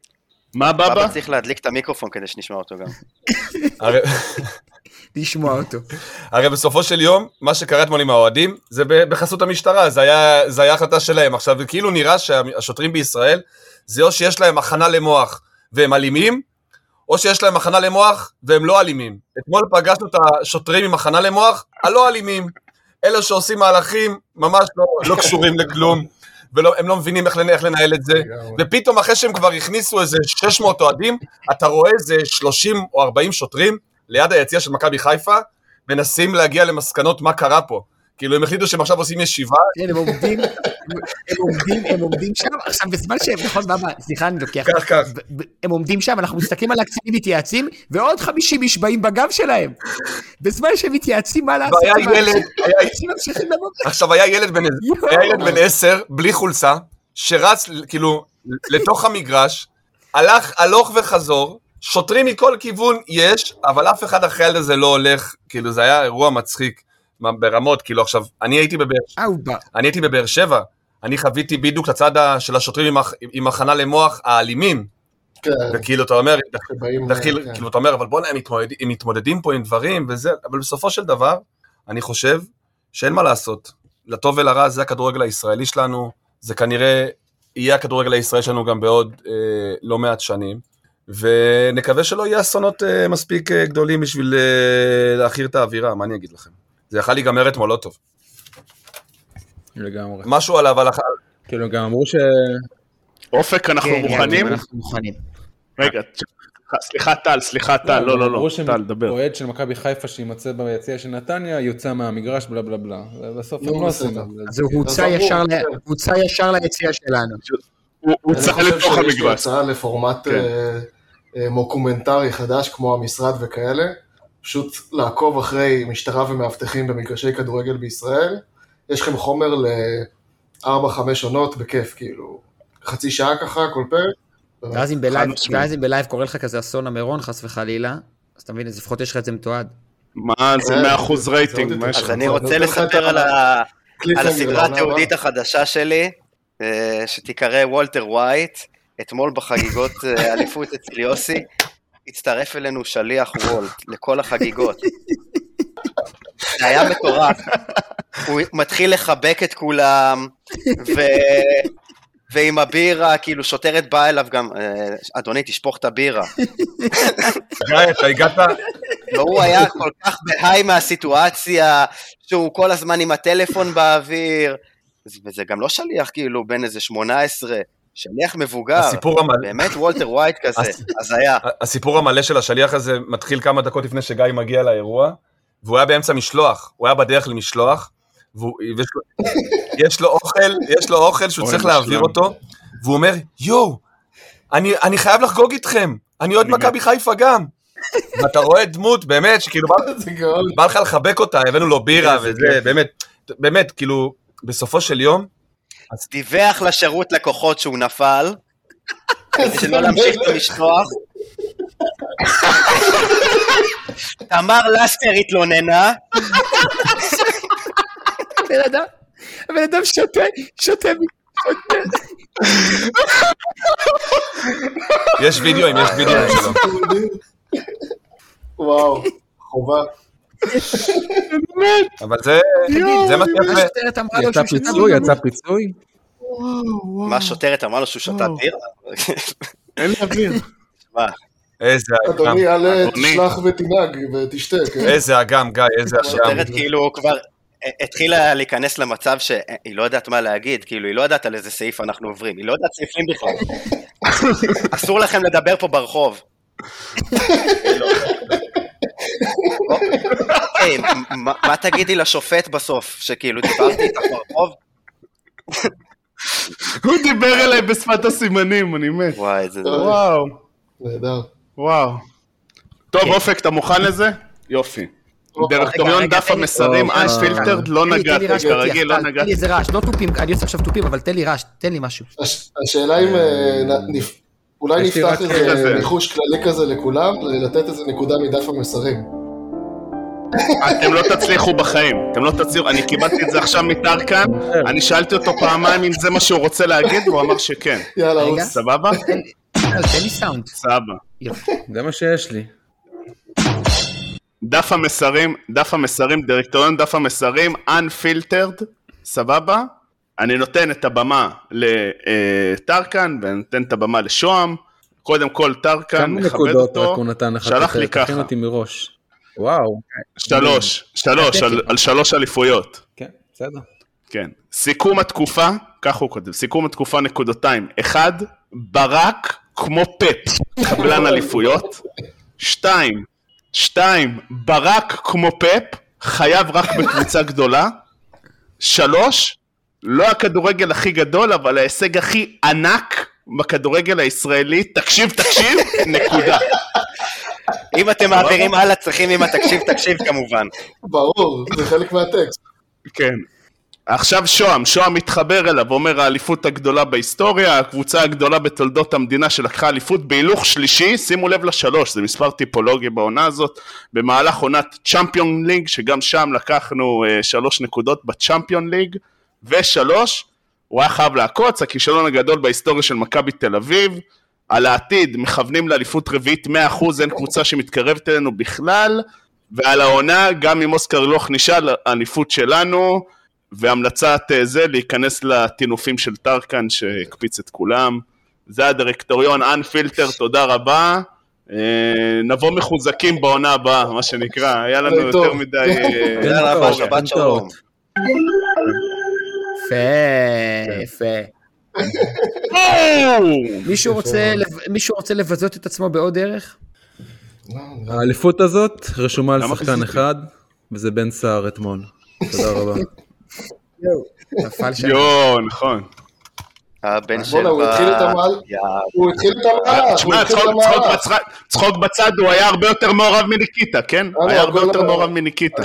מה בבא? בבא צריך להדליק את המיקרופון כדי שנשמע אותו גם. הרי- לשמוע אותו. הרי בסופו של יום, מה שקרה אתמול עם האוהדים, זה ב- בחסות המשטרה, זה היה, זה היה החלטה שלהם. עכשיו, כאילו נראה שהשוטרים בישראל, זה או שיש להם הכנה למוח והם אלימים, או שיש להם הכנה למוח והם לא אלימים. אתמול פגשנו את השוטרים עם הכנה למוח, הלא אלימים. אלה שעושים מהלכים ממש לא, לא קשורים לכלום, והם לא מבינים איך, לנ- איך לנהל את זה. ופתאום אחרי שהם כבר הכניסו איזה שש מאות אוהדים, אתה רואה איזה שלושים או ארבעים שוטרים ליד היציע של מכבי חיפה, מנסים להגיע למסקנות מה קרה פה. כאילו הם החליטו שהם עכשיו עושים ישיבה. כן, הם עומדים, הם עומדים, הם עומדים שם, עכשיו בזמן שהם, נכון, בבא, סליחה, אני לוקח, כך, כך. ב- ב- הם עומדים שם, אנחנו מסתכלים על הקצינים מתייעצים, ועוד חמישים איש באים בגב שלהם. בזמן שהם מתייעצים, מה לעשות? והיה מה, ילד, היה- אנשים ממשיכים לבוא. עכשיו היה ילד בן יואו. היה ילד בן עשר, בלי חולצה, שרץ כאילו לתוך המגרש, הלך הלוך וחזור, שוטרים מכל כיוון יש, אבל אף אחד אחרי הזה לא הולך, כאילו זה היה אירוע מצחיק ברמות, כאילו עכשיו, אני הייתי בבאר אה, הוא בא. אני הייתי בבאר שבע, אני חוויתי בדיוק לצד ה- של השוטרים עם הח- עם הכנה למוח האלימים, כן, וכאילו אתה אומר, שבאים, דחיל, כן. כאילו אתה אומר, אבל בוא'נה, הם מתמודד- הם מתמודדים פה עם דברים וזה, אבל בסופו של דבר, אני חושב שאין מה לעשות. לטוב ולרע זה הכדורגל הישראלי שלנו, זה כנראה יהיה הכדורגל הישראלי שלנו גם בעוד אה, לא מעט שנים, ונקווה שלא יהיה אסונות אה, מספיק אה, גדולים בשביל אה, להכיר את האווירה, מה אני אגיד לכם? זה יכל להיגמר אתמול לא טוב. לגמרי. משהו עליו, על הח... כאילו גם אמרו ש... אופק, אנחנו כן, מוכנים? אנחנו מוכנים. רגע, סליחה טל, סליחה טל, לא, לא, לא, אמרו טל, דבר. שאוהד של מכבי חיפה שימצא ביציע של נתניה, יוצא מהמגרש, בלה בלה בלה. ובסוף נו, הם לא בסדר. עושים את זה. אז הוא הוצא אז אמרו, ישר ל- כן. הוצא ישר ליציע שלנו. הוא הוא אני צריך חושב לתוך שיש לי המגרש. הצעה לפורמט כן. אה, אה, מוקומנטרי חדש כמו המשרד וכאלה, פשוט לעקוב אחרי משטרה ומאבטחים במגרשי כדורגל בישראל, יש לכם חומר לארבע חמש עונות בכיף, כאילו חצי שעה ככה כל פרק. ואז אם בלייב, משמעית. ואז אם בלייב קורא לך כזה אסון המירון חס וחלילה, אז אתה מבין, אז לפחות יש לך את זה מתועד. מה, זה כן, מאה אחוז זה רייטינג, עוד מה יש יותר. לך? אז אני זה רוצה נותן לך את לספר ה- על ה- קליפהנגר על הסדרה לעונה התיעודית הבאה. החדשה שלי, אה, שתיקרא וולטר ווייט, אתמול בחגיגות אה, אליפות אצל יוסי, הצטרף אלינו שליח וולט לכל החגיגות. זה היה מטורף. הוא מתחיל לחבק את כולם, ו... ועם הבירה, כאילו שוטרת באה אליו גם, אה, אדוני תשפוך את הבירה. גיא, אתה הגעת, והוא היה כל כך בהיי מהסיטואציה, שהוא כל הזמן עם הטלפון באוויר, וזה גם לא שליח כאילו בין איזה שמונה עשרה, שליח מבוגר, באמת וולטר ווייט כזה, אז היה. הסיפור המלא של השליח הזה מתחיל כמה דקות לפני שגיא מגיע לאירוע, והוא היה באמצע משלוח, הוא היה בדרך למשלוח, ויש לו אוכל, יש לו אוכל שהוא צריך להעביר אותו, והוא אומר, יו, אני חייב לחגוג איתכם, אני עוד מכבי חיפה גם. ואתה רואה דמות, באמת, שכאילו בא לך לחבק אותה, הבאנו לו בירה, וזה, באמת, באמת, כאילו, בסופו של יום, אז דיווח לשירות לקוחות שהוא נפל, כדי שלא להמשיך את המשלוח. תמר לסטר התלוננה. הבן אדם שותה, שותה, שותה. יש וידאוים, יש וידאוים שלו. וואו, חובה. אבל זה, זה מה שיפה. יצא פיצוי, יצא פיצוי. מה השוטרת אמרה לו שהוא שתה ביר? אין לה ביר. איזה אגם. אדוני, עלה, תשלח ותנהג ותשתה. איזה אגם, גיא, איזה אגם. השוטרת כאילו כבר התחילה להיכנס למצב שהיא לא יודעת מה להגיד, כאילו היא לא יודעת על איזה סעיף אנחנו עוברים, היא לא יודעת סעיפים בכלל. אסור לכם לדבר פה ברחוב. אוקיי, מה תגידי לשופט בסוף, שכאילו דיברתי איתך ברחוב? הוא דיבר אליי בשפת הסימנים, אני מת. וואי, זה... וואו. נהדר. וואו. טוב, אופק, אתה מוכן לזה? יופי. דירקטוריון דף המסרים, Unfiltered, לא נגעתי, כרגיל, לא נגעתי. תן לי איזה רעש, לא טופים, אני עושה עכשיו טופים, אבל תן לי רעש, תן לי משהו. השאלה אם אולי נפתח איזה ניחוש כללי כזה לכולם, לתת איזה נקודה מדף המסרים. אתם לא תצליחו בחיים, אתם לא תצליחו, אני קיבלתי את זה עכשיו מטרקן, אני שאלתי אותו פעמיים אם זה מה שהוא רוצה להגיד, והוא אמר שכן. יאללה, רוץ. סבבה? תן לי סאונד. סבבה. זה מה שיש לי. דף המסרים, דף המסרים, דירקטוריון דף המסרים, Unfiltered, סבבה? אני נותן את הבמה לטרקן, ונותן את הבמה לשוהם, קודם כל טרקן, מכבד אותו, שלח לי ככה. תכין אותי מראש. וואו. שלוש, שלוש, על, על שלוש אליפויות. כן, בסדר. כן. סיכום התקופה, כך הוא כותב, סיכום התקופה נקודתיים. אחד, ברק כמו פפ, קבלן אליפויות. שתיים, שתיים, ברק כמו פפ, חייב רק בקבוצה גדולה. שלוש, לא הכדורגל הכי גדול, אבל ההישג הכי ענק בכדורגל הישראלי. תקשיב, תקשיב, נקודה. אם אתם מעבירים הלאה, צריכים אם התקשיב, תקשיב כמובן. ברור, זה חלק מהטקסט. כן. עכשיו שוהם, שוהם מתחבר אליו, אומר האליפות הגדולה בהיסטוריה, הקבוצה הגדולה בתולדות המדינה שלקחה אליפות בהילוך שלישי, שימו לב לשלוש, זה מספר טיפולוגי בעונה הזאת, במהלך עונת צ'אמפיון ליג, שגם שם לקחנו uh, שלוש נקודות בצ'אמפיון ליג, ושלוש, הוא היה חייב לעקוץ, הכישלון הגדול בהיסטוריה של מכבי תל אביב, על העתיד מכוונים לאליפות רביעית מאה אחוז, אין קבוצה שמתקרבת אלינו בכלל, ועל העונה גם עם אוסקר לוח נשאל, האליפות שלנו, והמלצת זה להיכנס לתינופים של טרקן שהקפיץ את כולם. זה הדירקטוריון Unfiltered, תודה רבה. נבוא מחוזקים בעונה הבאה, מה שנקרא, היה לנו יותר מדי... יאללה רבה, שבת שלום. יפה, יפה. מישהו רוצה לבזות את עצמו בעוד דרך? האליפות הזאת רשומה על שחקן אחד, וזה בן סער אתמול. תודה רבה. יואו, נכון. הבן של... הוא התחיל את המעל. הוא התחיל את המעל. תשמע, צחוק בצד, הוא היה הרבה יותר מעורב מניקיטה, כן? היה הרבה יותר מעורב מניקיטה.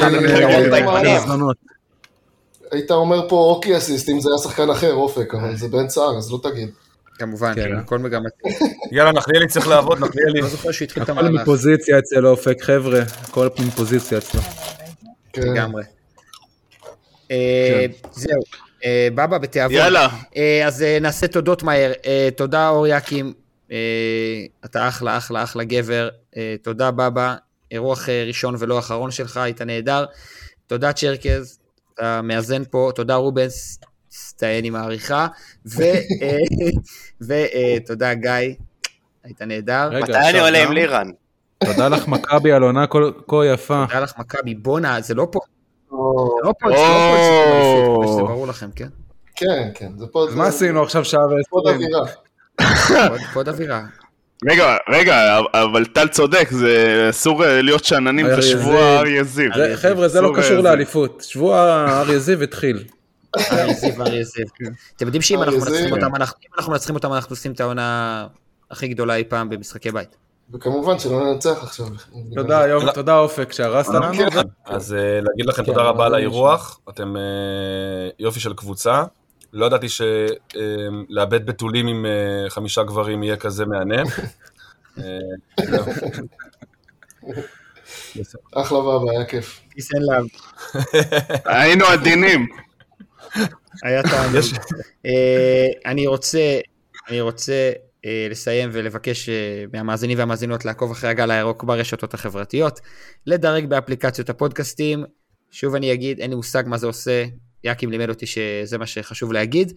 היית אומר פה אוקי אסיסט, אם זה היה שחקן אחר, אופק, אבל זה בן סער, אז לא תגיד. כמובן, הכל מגמת. יאללה, נחליאלי צריך לעבוד, נחליאלי. לא זוכר שהתחיל את הכל המהלך. מפוזיציה אצל אופק, חבר'ה, הכל מפוזיציה אצלו. לגמרי. זהו, בבא בתיאבון. יאללה. אז נעשה תודות מהר. תודה אור יקים, אתה אחלה, אחלה, אחלה גבר. תודה בבא, אירוח ראשון ולא אחרון שלך, היית נהדר. תודה צ'רקז, אתה מאזן פה. תודה רובנס, סתיין עם העריכה. ותודה גיא, היית נהדר. מתי אני עולה עם לירן? תודה לך מכבי על עונה כה יפה. תודה לך מכבי, בונה, זה לא פה. זה לא פה, זה ברור לכם, כן? כן, כן. אז מה עשינו עכשיו שעה ועשרים? עוד אווירה. רגע, רגע, אבל טל צודק, זה אסור להיות שאננים בשבוע אריה זיו. חבר'ה, זה לא קשור לאליפות. שבוע אריה זיו התחיל. אריה זיו, אריה זיו. אתם יודעים שאם אנחנו מנצחים אותם, אנחנו מנצחים אותם, אנחנו עושים את העונה הכי גדולה אי פעם במשחקי בית. וכמובן שלא ננצח עכשיו. תודה, יום, תודה אופק, שהרסת לנו. אז להגיד לכם תודה רבה על האירוח, אתם יופי של קבוצה. לא ידעתי שלאבד בתולים עם חמישה גברים יהיה כזה מעניין. אחלה בבא, היה כיף. כיסן לב. היינו עדינים. היה טעם. אני רוצה, אני רוצה לסיים ולבקש מהמאזינים והמאזינות לעקוב אחרי הגל הירוק ברשתות החברתיות, לדרג באפליקציות הפודקאסטים. שוב אני אגיד, אין לי מושג מה זה עושה, יקים לימד אותי שזה מה שחשוב להגיד,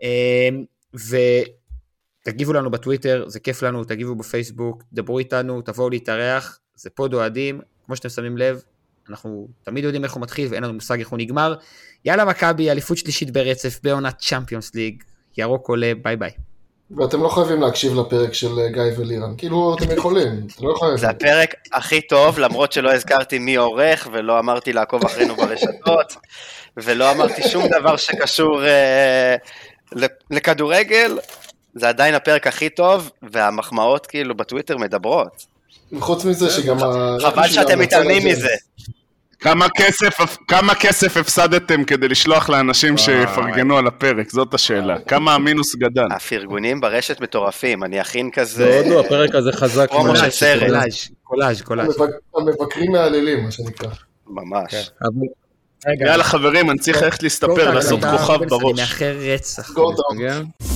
ותגיבו לנו בטוויטר, זה כיף לנו, תגיבו בפייסבוק, דברו איתנו, תבואו להתארח, זה פוד אוהדים, כמו שאתם שמים לב, אנחנו תמיד יודעים איך הוא מתחיל, ואין לנו מושג איך הוא נגמר. יאללה מכבי, אליפות שלישית ברצף, בעונת צ'אמפיונס ליג, ירוק עולה, ביי ביי. ואתם לא חייבים להקשיב לפרק של גיא ולירן, כאילו אתם יכולים, אתם לא חייבים. זה הפרק הכי טוב, למרות שלא הזכרתי מי עורך, ולא אמרתי לעקוב אחרינו ברשתות, ולא אמרתי שום דבר שקשור אה, לכדורגל, זה עדיין הפרק הכי טוב, והמחמאות כאילו בטוויטר מדברות. וחוץ מזה שגם... חבל שאתם מתעלמים מזה. כמה כסף, כמה כסף הפסדתם כדי לשלוח לאנשים שיפרגנו על הפרק? זאת השאלה. כמה המינוס גדל? הפרגונים ברשת מטורפים, אני אכין כזה... לא, הפרק הזה חזק. קולאז', קולאז', קולאז'. המבקרים מהלילים, מה שנקרא. ממש. יאללה חברים, אני צריך ללכת להסתפר, לעשות כוכב בראש. אני מאחר רצח.